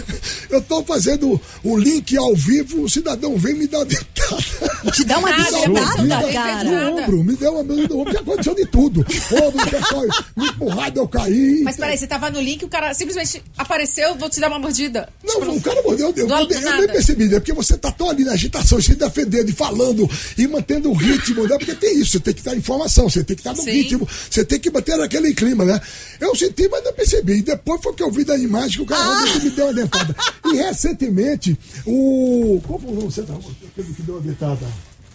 eu tô fazendo o link ao vivo, o cidadão vem me dar uma dentada. Te dá uma Nada, dentada, nada, cara. No ombro, me deu uma no ombro, que aconteceu de tudo. Ombro, pessoal, me empurrado, eu caí. Mas peraí, você tava no link, o cara simplesmente apareceu, vou te dar uma mordida. Não, Tipo, o cara mordeu, eu, eu, do- eu, do eu nada. nem percebi, né? Porque você tá tão ali na agitação, se defendendo e falando e mantendo o ritmo, né? Porque tem isso, você tem que dar informação, você tem que estar no Sim. ritmo, você tem que manter aquele clima, né? Eu senti, mas não percebi. E depois foi que eu vi da imagem que o cara realmente me deu uma dentada. E recentemente, o. Qual foi o nome? Você tá- aquele que deu uma dentada?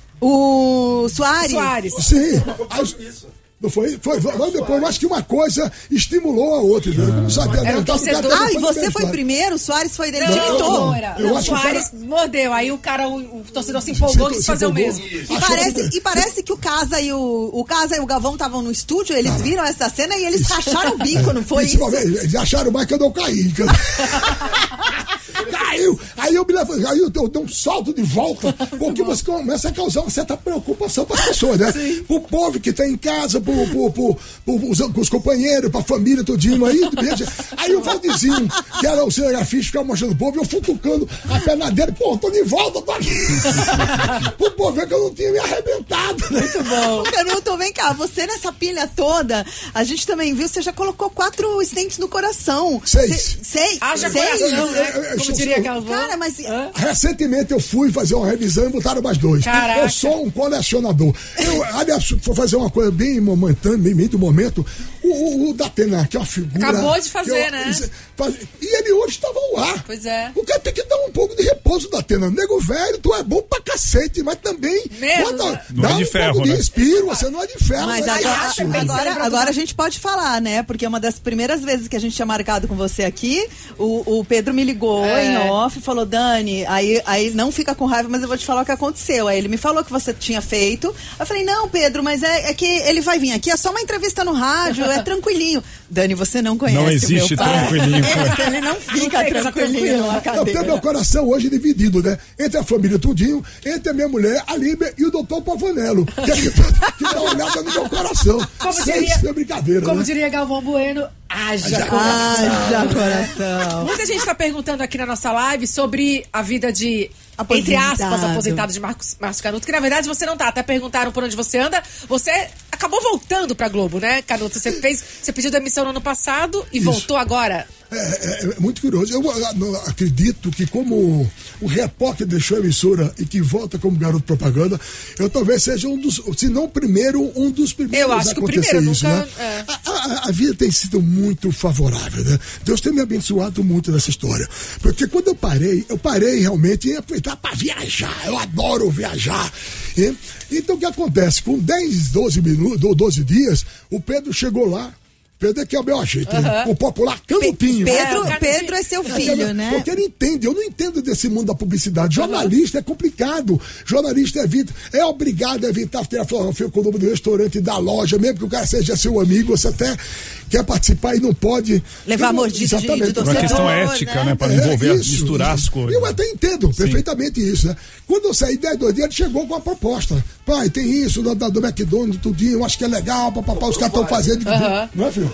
O Soares. Soares. Sim. Aí- Não foi? Foi. Mas depois eu acho que uma coisa estimulou a outra. entendeu? Como sabia, Era um né? Então, o cara torcedor. tava Ah, e falando você bem, foi claro. primeiro, o Soares foi dele, Não, te imitou. não. era. Eu Não, acho que o Soares cara- mordeu. Aí o cara, o, o torcedor se empolgou e Se- quis se fazer o empolgou. mesmo. E parece, e parece que o Casa e o, o Casa e o Galvão estavam no estúdio, eles viram essa cena e eles racharam o bico, não foi isso? Principalmente, eles acharam mais que eu não caí. que eu- Caiu! Aí eu me levo, aí eu, eu dou um salto de volta, porque você começa a causar uma certa preocupação para as pessoas, né? Sim. O povo que tá em casa, pro, pro, pro, pro, os, os companheiros, pra família, tudinho aí. Aí o Valdizinho, que era o cinegrafista, ficava mostrando o povo, e eu futucando a perna dele, pô, tô de volta, tô aqui. O povo ver que eu não tinha me arrebentado, né? Muito bom. Canuto, vem cá, você nessa pilha toda, a gente também viu, você já colocou quatro stents no coração. Seis. Cê, seis? Haja seis? coração, né? Eu- eu- Como eu- diria eu- Galvão. Cara, mas... Recentemente eu fui fazer uma revisão e botaram mais dois. Caraca. Eu sou um colecionador. Eu, aliás, vou fazer uma coisa bem momentânea, bem, bem do momento. O, o, o Datena, que é uma figura. Acabou de fazer, que eu- né? faz- E ele hoje estava ao ar. Pois é. O cara tem que dar um pouco de repouso, Datena. Nego velho, tu é bom pra cacete, mas também. Menos, bota- né? Não dá é de um ferro, pouco de né? respiro, você não é de ferro. Mas né? agora, acha, pensando agora, pra agora tomar. a gente pode falar, né? Porque uma das primeiras vezes que a gente tinha marcado com você aqui, o, o Pedro me ligou É. em off e falou, Dani, aí, aí não fica com raiva, mas eu vou te falar o que aconteceu. Aí ele me falou que você tinha feito. Eu falei, não, Pedro, mas é, é que ele vai vir aqui, é só uma entrevista no rádio, é tranquilinho. Dani, você não conhece Não o existe meu pai. tranquilinho. Ele, ele não fica tem coisa tranquilinho numa Eu tenho cadeira. meu coração hoje dividido, né? Entre a família Tudinho, entre a minha mulher, a Líbia, e o doutor Pavanello, que, é que, que dá uma olhada no meu coração. Como Sem diria- ser brincadeira, Como né? diria Galvão Bueno, haja coração. Haja coração. Muita gente está perguntando aqui na nossa live sobre a vida de, Aposentado. entre aspas, aposentado de Marcos, Marcos Canuto, que na verdade você não tá. Até perguntaram por onde você anda. Você acabou voltando pra Globo, né, Canuto? Você fez, você pediu demissão no ano passado e Isso. voltou agora. É, é, é muito curioso. Eu ah, não, acredito que como o repórter deixou a emissora e que volta como garoto propaganda, eu talvez seja um dos, se não o primeiro, um dos primeiros Eu acho a que o acontecer primeiro, isso, nunca- né? é. A, a- a vida tem sido muito favorável, né? Deus tem me abençoado muito nessa história. Porque quando eu parei, eu parei realmente em aproveitar para viajar. Eu adoro viajar. E, então o que acontece? Com dez, doze minutos, ou doze dias, o Pedro chegou lá. Pedro é que é o meu agente, né? O popular Canutinho. Pedro, É, o Pedro é seu filho, Aquela- né? Porque ele entende, eu não entendo desse mundo da publicidade. Jornalista é complicado. Jornalista evita, é obrigado a evitar ter a fotografia com o nome do restaurante, da loja, mesmo que o cara seja seu amigo, você até quer participar e não pode. Levar Eu não- mordida de- de exatamente. torcedor, Uma questão né? ética, né? Para não envolver, É, isso, misturar isso. as coisas. Eu até entendo perfeitamente isso, né? Quando eu saí dez, dois dias, ele chegou com a proposta. Pai, tem isso do, do McDonald's, tudinho, eu acho que é legal, papapá, os caras estão fazendo. Aham. Não é, filho?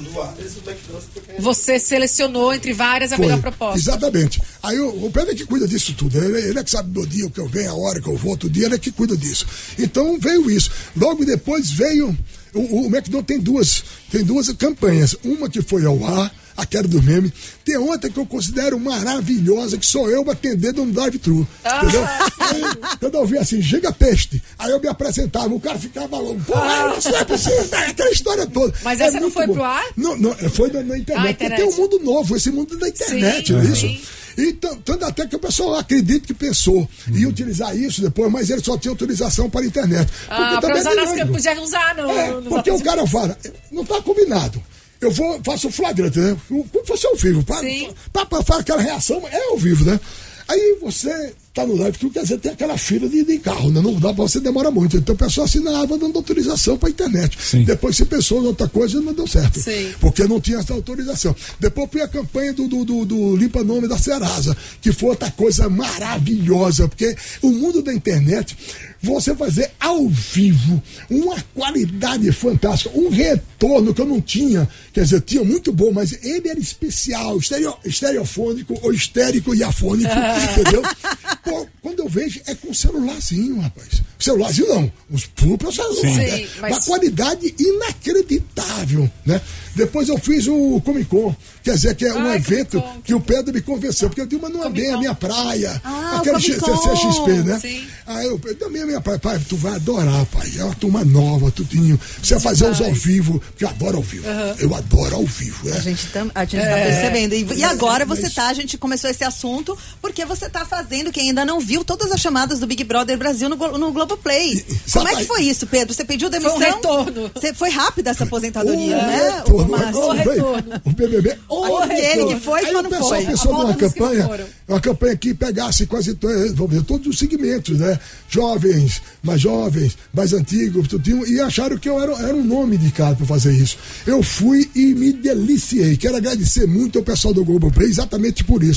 Você selecionou entre várias a Foi. melhor proposta. Exatamente. Aí o, o Pedro é que cuida disso tudo. Ele, ele é que sabe do dia que eu venho, a hora que eu vou, outro dia, ele é que cuida disso. Então veio isso. Logo depois veio. O, o McDonald's tem duas, tem duas campanhas. Uma que foi ao ar, a queda do meme. Tem outra que eu considero maravilhosa, que sou eu atendendo um drive-thru. Entendeu? Aí, quando eu vi assim, giga peste, aí eu me apresentava, o cara ficava louco. Pô, isso não é possível, é aquela história toda. Mas É essa não muito foi bom. pro ar? Não, não, foi na, na internet. Ah, Porque internet. tem um mundo novo, esse mundo da internet, Sim, não é isso? sim. Então, tanto até que o pessoal acredita que pensou em utilizar isso depois, mas ele só tinha autorização para a internet. Ah, pra também usar é nas milagre. podia usar no. É, no- porque o cara fala, não está combinado. Eu vou, faço o flagrante, né? Como fosse ao vivo. Pra, Sim. pra, pra, pra aquela reação, é ao vivo, né? Aí você tá no live, quer dizer, tem aquela fila de, de carro, né? Não dá pra você, demora muito. Então o pessoal assinava dando autorização pra internet. Sim. Depois se pensou em outra coisa, não deu certo. Sim. Porque não tinha essa autorização. Depois foi a campanha do, do, do, do Limpa Nome da Serasa, que foi outra coisa maravilhosa, porque o mundo da internet, você fazer ao vivo uma qualidade fantástica, um retorno que eu não tinha, quer dizer, tinha muito bom, mas ele era especial, estereo, estereofônico ou histérico e afônico, entendeu? Pô, quando eu vejo, é com celularzinho, rapaz. Celularzinho não, os próprios celular, Sim. né? Sim, mas- Uma qualidade inacreditável, né? Depois eu fiz o Comic Con, quer dizer, que é um Ai, evento Comic Con, que o Pedro me convenceu, porque eu digo, mas não é Comic bem a Con. minha praia. Ah, Aquele o C Comic C X P, Con, né? sim. Aí eu também a minha praia, pai, tu vai adorar, pai. É uma turma nova, tudinho. Você vai fazer os ao vivo, porque eu adoro ao vivo. Eu adoro ao vivo, né? A gente, tam, a gente tá percebendo. E, e agora você tá, a gente começou esse assunto porque você tá fazendo, quem ainda não viu, todas as chamadas do Big Brother Brasil no, Glo- no Globoplay. Como é que foi isso, Pedro? Você pediu demissão? Foi um retorno. Você foi rápida essa aposentadoria, O né? retorno, O Márcio? agora veio retorno. O B B B. o Aquele retorno. que foi, Aí mas o não pessoal foi. pensou A numa volta dos que não campanha, foram. uma campanha que pegasse quase to- vamos dizer, todos os segmentos, né? Jovens, mais jovens, mais antigos, tudinho, e acharam que eu era, era um nome indicado para fazer isso. Eu fui e me deliciei. Quero agradecer muito ao pessoal do Globoplay exatamente por isso.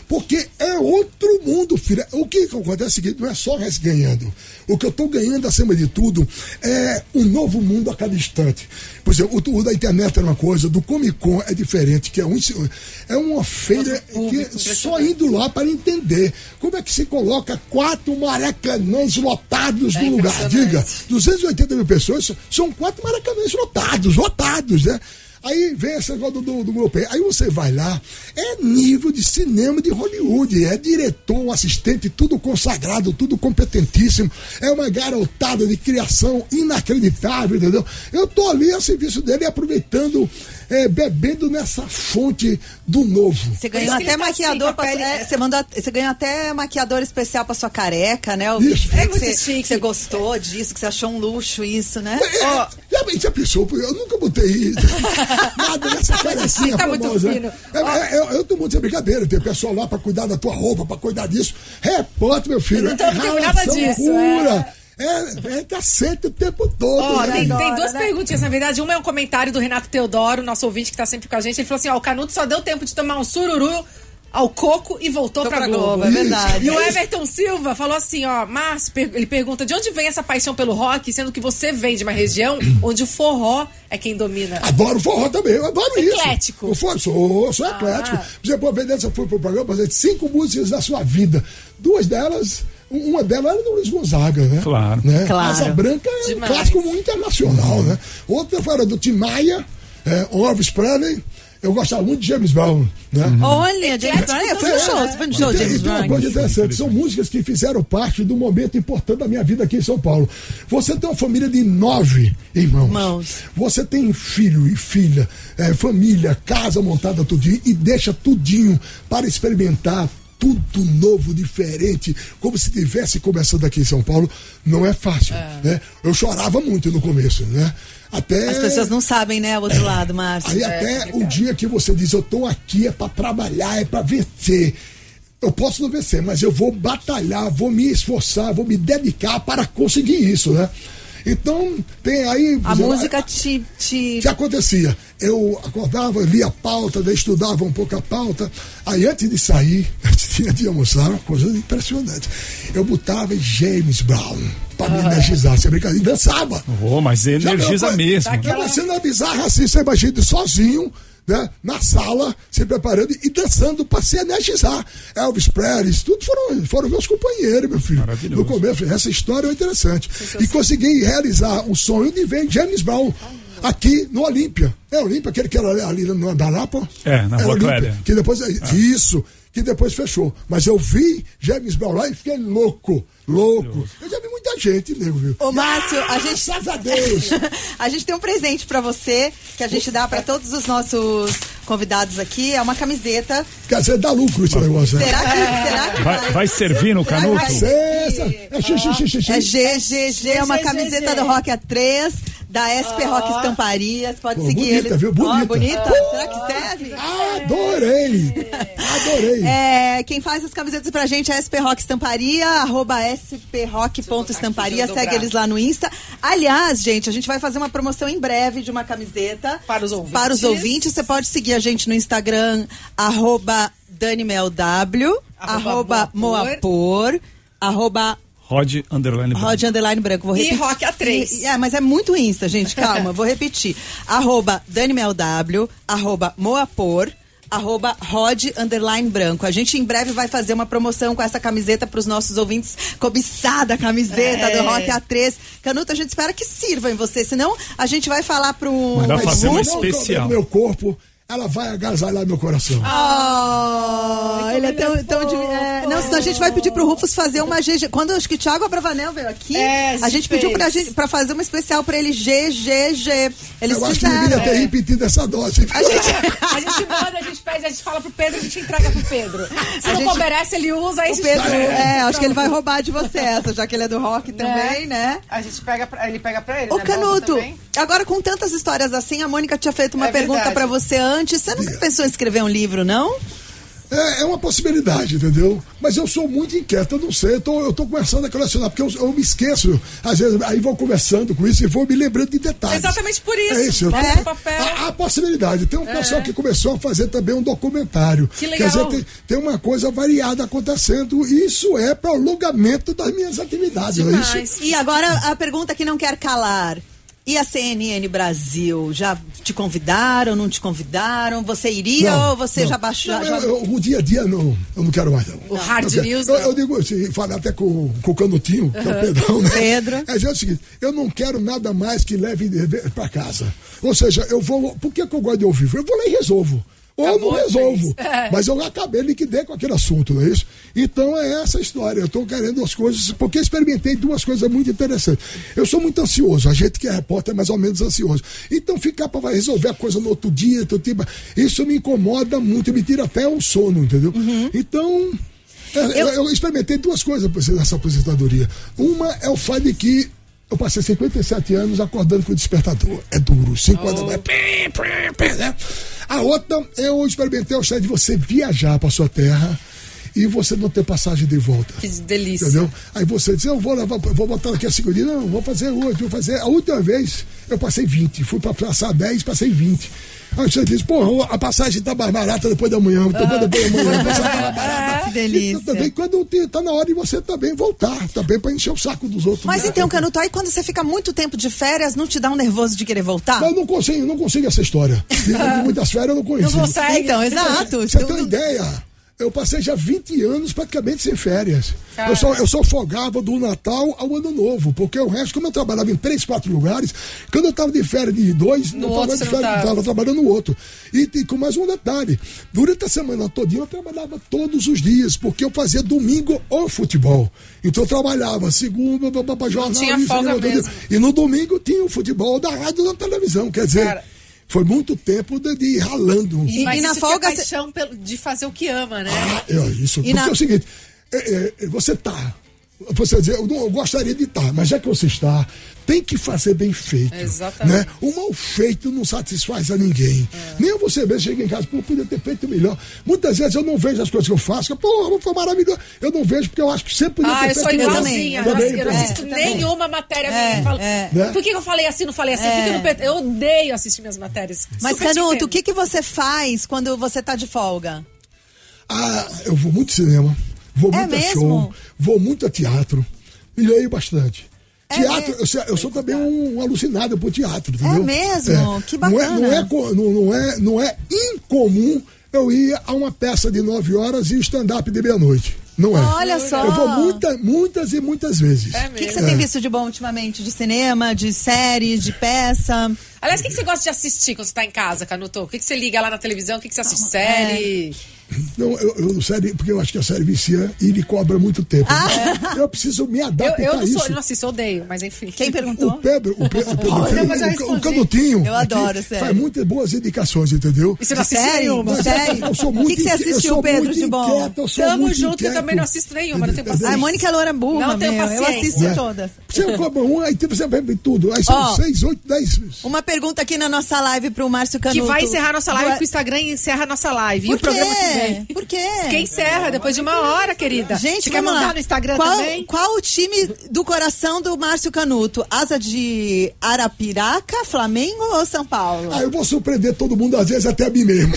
Porque é outro mundo, filha. O que acontece é o seguinte, não é só nós ganhando. O que eu estou ganhando, acima de tudo, é um novo mundo a cada instante. Por exemplo, o, o da internet é uma coisa, do Comic Con é diferente, que é, um, é uma feira que só indo lá para entender como é que se coloca quatro maracanãs lotados É no lugar. Diga, duzentas e oitenta mil pessoas, são quatro maracanãs lotados, lotados, né? Aí vem esse negócio do, do, do grupo. Aí você vai lá, é nível de cinema de Hollywood, é diretor, assistente, tudo consagrado, tudo competentíssimo, é uma garotada de criação inacreditável, entendeu? Eu tô ali a serviço dele, aproveitando, é, bebendo nessa fonte do novo. Você ganhou Por isso que até ele tá maquiador, assim, com a pra- pele- é, você mandou, você ganhou até maquiador especial pra sua careca, né? O Isso. vídeo É que muito você, chique. que você gostou disso, que você achou um luxo isso, né? É, Ó, já, já pensou? Eu nunca botei nada nessa carecinha Tá muito famosa. fino. É, é, eu, eu tô muito sem brincadeira. Tem pessoal lá pra cuidar da tua roupa, pra cuidar disso. Repórter, meu filho. Eu não tô é com nada ralação disso, pura. É, é cacete o tempo todo. Ó, né? tem, tem Adora, duas né? perguntinhas, na verdade. Uma é um comentário do Renato Teodoro, nosso ouvinte que tá sempre com a gente. Ele falou assim: ó, o Canuto só deu tempo de tomar um sururu ao coco e voltou Tô pra, pra Globo. Globo, é verdade. E o Everton Silva falou assim, ó, Márcio, per- ele pergunta de onde vem essa paixão pelo rock, sendo que você vem de uma região onde o forró é quem domina. Adoro forró também, eu adoro isso. Eclético. Eu for, sou, sou eclético. Você pode ver, eu fui pro programa fazer cinco músicas da sua vida. Duas delas, uma delas era do Luiz Gonzaga, né? Claro. Né? Claro. Asa Branca é Demais. um clássico muito internacional, né? Outra era do Tim Maia, é, Elvis Presley. Eu gostava muito de James Brown, né? olha, James Brown, eu fui no show, você foi no show, E tem- James e tem uma Brown. coisa interessante, são músicas que fizeram parte do momento importante da minha vida aqui em São Paulo. Você tem uma família de nove irmãos. Irmãos. Você tem filho e filha, é, família, casa montada tudinho e deixa tudinho para experimentar tudo novo, diferente, como se estivesse começando aqui em São Paulo. Não é fácil, né? Eu chorava muito no começo, né? Até... As pessoas não sabem, né, o outro lado, Márcio. Aí até o dia que você diz, eu tô aqui, é pra trabalhar, é pra vencer. Eu posso não vencer, mas eu vou batalhar, vou me esforçar, vou me dedicar para conseguir isso, né? Então, tem aí... A você- música te... te... o que acontecia? Eu acordava, lia a pauta, daí estudava um pouco a pauta. Aí antes de sair, antes de almoçar, uma coisa impressionante. Eu botava James Brown pra me energizar, sem brincadeira, e dançava. Oh, mas energiza Já, mesmo. É uma cena bizarra assim, você imagina sozinho, né, na sala, se preparando e dançando para se energizar. Elvis Presley, tudo foram, foram meus companheiros, meu filho. Maravilhoso. No começo, essa história é interessante. E consegui realizar o sonho de ver James Brown aqui no Olímpia. É Olímpia, aquele que era ali no da Lapa? É, na Rua Olímpia, Clélia. que depois, isso, que depois fechou. Mas eu vi James Brown lá e fiquei louco, louco. Eu já vi muita gente, nego, viu? Ô, Márcio, a gente... Graças a Deus. A gente tem um presente pra você, que a gente dá pra todos os nossos convidados aqui. É uma camiseta. Quer dizer, dá lucro esse negócio, né? Será que, será que Vai, vai servir no será que Canuto? vai- Cessa, é xixi, xixi, xixi. É G G G, é uma camiseta do Rock A três, da S P Rock Estamparias. Pode Pô, seguir bonita, ele. viu? Bonita. Ó, bonita? Pô, Será que serve? Adorei! Adorei! É, quem faz as camisetas pra gente é S P Rock Estamparia, arroba sprock.estamparia, segue eles lá no Insta. Aliás, gente, a gente vai fazer uma promoção em breve de uma camiseta Para os ouvintes. Para os ouvintes, você pode seguir a gente no Instagram, arroba DanimelW, Arroba arroba Moapor, arroba Rod Underline Branco. Rod Underline Branco. Vou E repetir. Rock A três. E- É, mas é muito Insta, gente, calma, vou repetir. Arroba DanimelW, arroba Moapor, arroba Rod Underline Branco. A gente em breve vai fazer uma promoção com essa camiseta para os nossos ouvintes. Cobiçada a camiseta É. do Rock A três. Canuto, a gente espera que sirva em você, senão a gente vai falar pro... Mandar pro fazer uma grupo. Não, especial. no meu corpo, ela vai agasalhar meu coração. Oh, ele é tão, tão de, é, não, senão a gente vai pedir pro Rufus fazer uma G G. Quando acho que o Thiago Abravanel veio aqui, É, a a gente gente pediu fez. pra, gente, pra fazer uma especial pra ele G G G. Eles Eu acho que fizeram. deveria ter repetido essa dose. A gente, A gente manda, a gente pede, a gente fala pro Pedro, a gente entrega pro Pedro. Se A não gente- merece, ele usa, aí a o gente Pedro, pega. é, acho que ele vai roubar de você essa, já que ele é do rock também, né? A gente pega pra, ele pega pra ele, Ô né? Canuto, Bolsa também. agora com tantas histórias assim, a Mônica tinha feito uma É pergunta verdade. pra você antes. Você nunca pensou em escrever um livro, não? É, é uma possibilidade, entendeu? Mas eu sou muito inquieto, eu não sei, eu tô, eu tô começando a colecionar, porque eu, eu me esqueço, às vezes, aí vou conversando com isso e vou me lembrando de detalhes. Exatamente por isso. É isso. Bota É. no papel. A, a possibilidade. Tem um é. pessoal que começou a fazer também um documentário. Que legal. Quer dizer, tem, tem uma coisa variada acontecendo, e isso é prolongamento das minhas atividades. Não é isso? E agora a pergunta que não quer calar. E a C N N Brasil, já te convidaram, não te convidaram? Você iria Não, ou você não. já baixou? Não, já... eu, eu, o dia a dia não, eu não quero mais não. O hard eu, news, eu, não. eu digo assim, falei até com, com o Canutinho, que é o Pedrão, né? Pedro. É, é o seguinte, eu não quero nada mais que leve para casa. Ou seja, eu vou, por que que eu gosto de ouvir? Eu vou lá e resolvo. Ou Acabou, não resolvo. é. Mas eu acabei, liquidei com aquele assunto, não é isso? Então é essa a história. Eu estou querendo as coisas, porque eu experimentei duas coisas muito interessantes. Eu sou muito ansioso, a gente que é repórter é mais ou menos ansioso. Então ficar para resolver a coisa no outro dia, tipo, isso me incomoda muito, me tira até o sono, entendeu? Uhum. Então, eu... Eu, eu experimentei duas coisas nessa aposentadoria. Uma é o fato de que eu passei cinquenta e sete anos acordando com o despertador. É duro, cinco anos, né? Pim, pim, pim, né? A outra, eu experimentei o de você viajar para sua terra e você não ter passagem de volta. Que delícia. Entendeu? Aí você diz, eu vou levar, vou botar aqui a segurança. Não, vou fazer hoje, vou fazer. A última vez eu passei vinte, fui para passar dez, passei vinte. Aí você diz, pô, a passagem tá mais barata depois da manhã, depois da manhã, a passagem tá mais barata. Que delícia. E também quando tá na hora de você também voltar, também para encher o saco dos outros. Mas né? então, Canuto, aí quando você fica muito tempo de férias, não te dá um nervoso de querer voltar? Mas eu não consigo, não consigo essa história. De muitas férias eu não consigo. Não consegue. Então, exato. Você tem uma ideia? Eu passei já vinte anos praticamente sem férias. Eu só, eu só folgava do Natal ao Ano Novo, porque o resto, como eu trabalhava em três, quatro lugares, quando eu estava de férias de dois, no eu estava de férias, estava trabalhando no outro. E, e com mais um detalhe, durante a semana todinha eu trabalhava todos os dias, porque eu fazia domingo o futebol. Então eu trabalhava segunda, para jornal, tinha isso, folga isso, mesmo. E no domingo tinha o futebol da rádio e da televisão, quer dizer... Cara, foi muito tempo de, de ir ralando. E, mas e na isso folga que é paixão pelo, de fazer o que ama, né? Ah, é isso. E Porque na... é o seguinte, é, é, você tá, você dizer, eu, não, eu gostaria de estar, mas já que você está, tem que fazer bem feito. Exatamente. Né? O mal feito não satisfaz a ninguém. É. Nem você mesmo chega em casa, pô, podia ter feito melhor. Muitas vezes eu não vejo as coisas que eu faço, pô, foi maravilhoso. Eu não vejo porque eu acho que sempre podia ah, ter eu feito sou melhor. igualzinha. Eu, Também, eu não assisto é, nenhuma matéria é, minha. Eu falo, é. por que eu falei assim, não falei assim? É. Por que eu, não... pe- eu odeio assistir minhas matérias. Mas, Super te Canuto, entendo. o que, que você faz quando você tá de folga? Ah, eu vou muito cinema, vou É muito a mesmo? show, vou muito a teatro e leio bastante. É Teatro, mesmo? eu, sou- eu sou também um, um alucinado por teatro, entendeu? mesmo? Que Não é, bacana. não, é, co- não, não, é, não é incomum eu ir a uma peça de nove horas e stand-up de meia-noite. Não é. Olha só. Eu vou muita, muitas e muitas vezes. É O que, que você É. tem visto de bom ultimamente? De cinema, de séries, de peça? Aliás, o que, que você gosta de assistir quando você tá em casa, Canuto? O que, que você liga lá na televisão? O que, que você Ah, assiste? Série? Não, eu, eu série, porque eu acho que a série vicia e me cobra muito tempo. Eu preciso me Eu, adaptar eu a não isso. sou, eu não assisto, eu odeio, mas enfim. Quem perguntou? O Pedro, o Pedro, o, Pedro, Olha, mas eu o- o, respondi. Canutinho Eu adoro, aqui sério. faz muitas boas indicações, entendeu? E você não De assiste série? nenhuma? De série? Eu sou O muito que, que você inquieto, eu assistiu, sou Pedro, muito de bom? inquieto, eu sou Tamo muito junto, que eu inquieto. também não assisto nenhuma, não tenho Entendeu? A paciência. Mônica é loura burra, Não tenho meu. Eu paciência. assisto Né? todas. Você cobra um, aí você vai ver tudo. Aí são Ó, seis, oito, dez. Uma pergunta aqui na nossa live pro Márcio Que Canuto. vai encerrar nossa live, Do- porque o Instagram encerra a nossa live. Por e o programa que vem. quê? Por quê? Porque encerra depois de uma hora, querida. Gente, você quer vamos mandar lá. no Instagram qual, também? Qual o time do coração do Márcio Canuto? Asa de Arapiraca, Flamengo ou São Paulo? Ah, eu vou surpreender todo mundo, às vezes até a mim mesmo.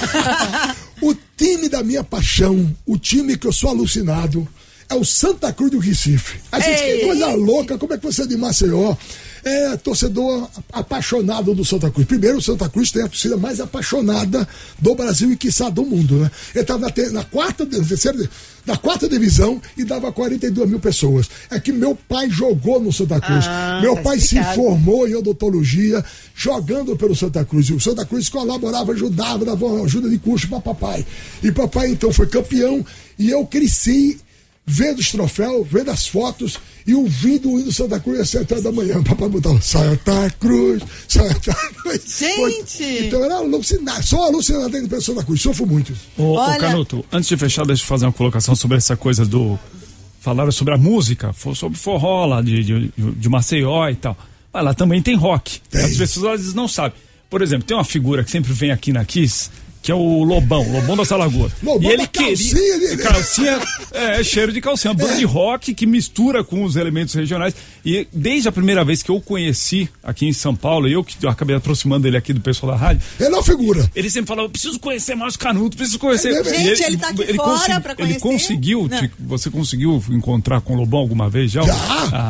Ah. O time da minha paixão, o time que eu sou alucinado, é o Santa Cruz do Recife. A gente, Ei. que coisa louca, como é que você é de Maceió? É torcedor apaixonado do Santa Cruz. Primeiro, o Santa Cruz tem a torcida mais apaixonada do Brasil e, quiçá, do mundo, né? Ele estava na, na, quarta, na, terceira, na quarta divisão e dava quarenta e duas mil pessoas. É que meu pai jogou no Santa Cruz. Ah, meu tá pai se explicado. formou em odontologia jogando pelo Santa Cruz. E o Santa Cruz colaborava, ajudava, dava ajuda de custo para papai. E papai, então, foi campeão e eu cresci vendo os troféus, vendo as fotos e ouvindo o hino do Santa Cruz às sete horas da manhã. Papai botava Santa Cruz, Santa Cruz. Gente! Então era alucinado, só alucinado dentro do Santa Cruz, sofro muito. Ô, ô, Olha- Canuto, antes de fechar, deixa eu fazer uma colocação sobre essa coisa do... Falaram sobre a música, fo- sobre forró lá de, de, de Maceió e tal. Mas lá também tem rock. Tem. As pessoas às vezes não sabem. Por exemplo, tem uma figura que sempre vem aqui na Kiss, que é o Lobão, Lobão da Salagoa. Lobão e ele da calcinha, queria. né? Calcinha, é, cheiro de calcinha. Uma banda de rock que mistura com os elementos regionais. E desde a primeira vez que eu conheci aqui em São Paulo, eu que acabei aproximando ele aqui do pessoal da rádio. Ele é uma figura. Ele sempre falava, preciso conhecer mais Canuto, preciso conhecer. É, gente, ele, ele tá aqui ele fora consegui, pra Ele conhecer. conseguiu, te, você conseguiu encontrar com o Lobão alguma vez já? Já,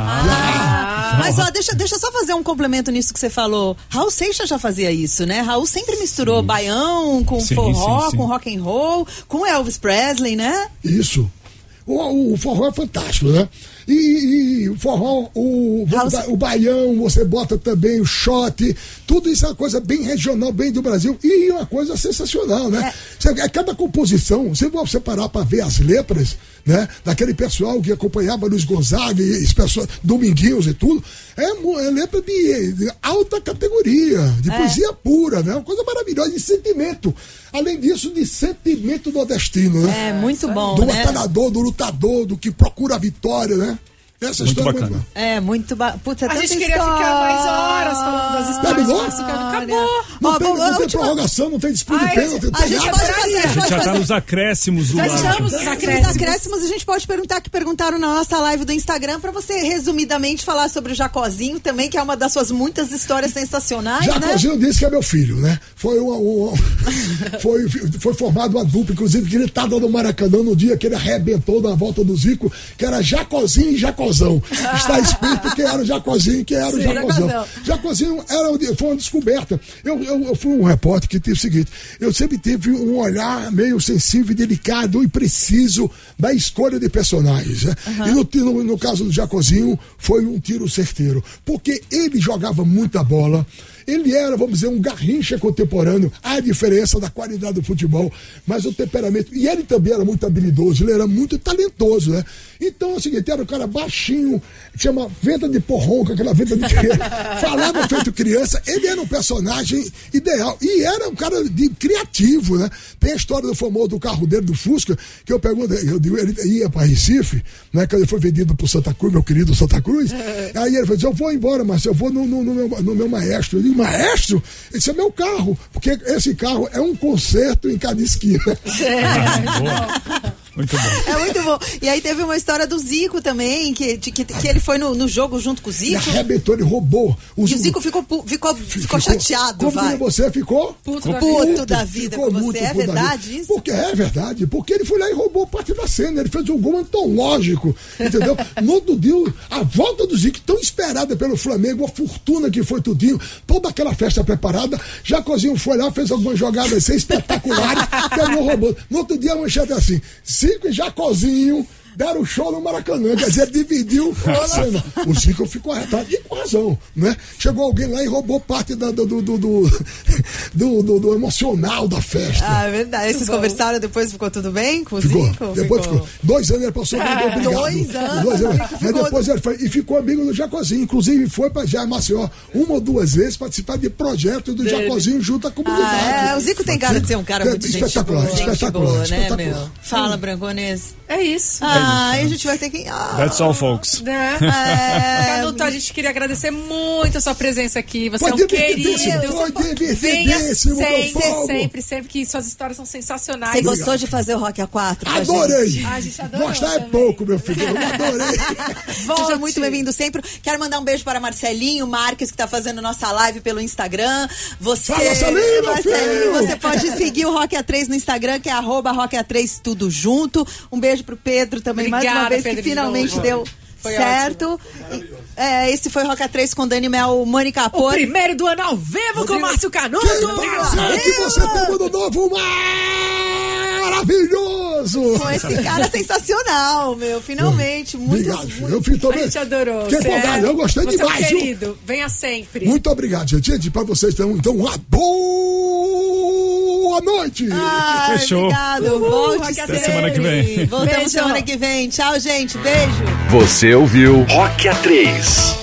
Ah, mas ó, deixa, deixa eu só fazer um complemento nisso que você falou. Raul Seixas já fazia isso, né? Raul sempre misturou sim. baião com sim, forró, sim, sim. com rock and roll, com Elvis Presley, né? Isso. O, o forró é fantástico, né? E, e o forró, o, o, o baião, você bota também o shot, tudo isso é uma coisa bem regional, bem do Brasil, e uma coisa sensacional, né? É, é cada composição, você vai separar para ver as letras, né? Daquele pessoal que acompanhava Luiz Gonzaga, e, e pessoal, Dominguinhos e tudo, é, é letra de, de alta categoria, de é. poesia pura, né? Uma coisa maravilhosa, de sentimento. Além disso, de sentimento nordestino, né? É, muito bom, do né? batalhador, do lutador, do que procura a vitória, né? Essa muito história bacana. É, muito bacana. Putz, é A tanta gente queria história. ficar mais horas falando das histórias. Terminou? mas acabou. Não Ó, tem, bom, não a tem última- prorrogação, não tem disputa de Ai, pênalti, não A tem gente nada. pode fazer, a A gente gente pode já tá fazer. nos acréscimos do Já áudio. estamos nos Os acréscimos. acréscimos a gente pode perguntar que perguntaram na nossa live do Instagram pra você resumidamente falar sobre o Jacozinho também, que é uma das suas muitas histórias sensacionais, né? Jacozinho disse que é meu filho, né? Foi, uma, uma- foi, foi formado uma dupla, inclusive, que ele estava no Maracanã no dia que ele arrebentou na volta do Zico, que era Jacozinho e Jacozão. Está escrito que era o Jacozinho e que era o Sim, Jacozão. Jacozão. Jacozinho era, foi uma descoberta. Eu, eu, eu fui um repórter que teve o seguinte, eu sempre tive um olhar meio sensível, delicado e preciso da escolha de personagens, né? E no, no, no caso do Jacozinho, foi um tiro certeiro, porque ele jogava muita bola. Ele era, vamos dizer, um Garrincha contemporâneo, a diferença da qualidade do futebol, mas o temperamento, e ele também era muito habilidoso, ele era muito talentoso, né? Então é o seguinte, era um cara baixinho, chama venta de porronca, aquela venta de falava feito criança, ele era um personagem ideal, e era um cara de, criativo, né? Tem a história do famoso do carro dele, do Fusca, que eu pergunto, eu digo, ele ia para Recife, né? Quando ele foi vendido pro Santa Cruz, meu querido Santa Cruz, aí ele falou assim, eu vou embora, mas eu vou no, no, no, meu, no meu maestro. Eu digo, maestro? Esse é meu carro, porque esse carro é um concerto em cada esquina. Muito bom. É muito bom. E aí teve uma história do Zico também, que, que, que ele foi no, no jogo junto com o Ele Zico. arrebentou, ele roubou. E o Zico ficou, pu- ficou, ficou chateado, Como vai. que você ficou? Puto da Puto vida. da vida Ficou com muito você. É puto da verdade vida. isso? Porque é verdade, porque ele foi lá e roubou parte da cena, ele fez um gol antológico, entendeu? No outro dia, a volta do Zico, tão esperada pelo Flamengo, a fortuna que foi tudinho, toda aquela festa preparada, Jacozinho foi lá, fez algumas jogadas assim, espetaculares, terminou roubando. No outro dia, a manchete é assim, Zico e Jacozinho deram show no Maracanã, quer dizer, dividiu a cena. O Zico ficou arretado, e com razão, né? Chegou alguém lá e roubou parte da, do, do, do, do, do, do- do emocional da festa. Ah, é verdade. Vocês bom. conversaram depois, ficou tudo bem com o Ficou. Zico? Depois ficou. Dois anos ele passou bem, obrigado. Dois anos, Dois anos. Mas ficou- depois ele foi, e ficou amigo do Jacozinho. Inclusive foi para já Maceió uma ou duas vezes participar de projetos do Jacozinho junto à comunidade. Ah, é. O Zico tem cara de ser um cara muito gente espetacular, boa, gente espetacular, boa, né, espetacular. meu? Fala, Branconês. É isso. Ah, aí a gente vai ter que... Ah, That's all, folks. Né? é... Canuto, a gente queria agradecer muito a sua presença aqui. Você Foi é um divertidíssimo, querido. foi Venha divertidíssimo, meu sempre, povo. sempre, sempre, que suas histórias são sensacionais. Você gostou de fazer o Rock A quatro? com a Adorei! gente? Ah, a gente adorou Mostrar é também. pouco, meu filho. Eu adorei. Seja Volte. muito bem-vindo sempre. Quero mandar um beijo para Marcelinho Marques, que está fazendo nossa live pelo Instagram. Você, Fala, Marcelinho, meu filho! você pode seguir o Rock A três no Instagram, que é arroba Rock A três, tudo junto. Um beijo pro Pedro também, mais Obrigada, uma vez, Pedro, que de finalmente novo. deu Foi certo. E, é, esse foi Rock A três com Dani Mel, Mônica O Por. primeiro do ano ao vivo com o Márcio Canuto. Que prazer que você tem um ano novo maravilhoso! Com esse cara sensacional, meu. Finalmente. Muito, Obrigado, filho. muito... Eu fiz A também. gente adorou. Fiquei Você é- empolgado, eu gostei você demais, é um viu? querido. Venha sempre. Muito obrigado, gente. Gente, pra vocês, então, então uma boa noite! Ai, Fechou. obrigado. Uhul, Volte Rock A Até semana que vem. Voltamos Beijo. semana que vem. Tchau, gente. Beijo. Você ouviu Rock A três.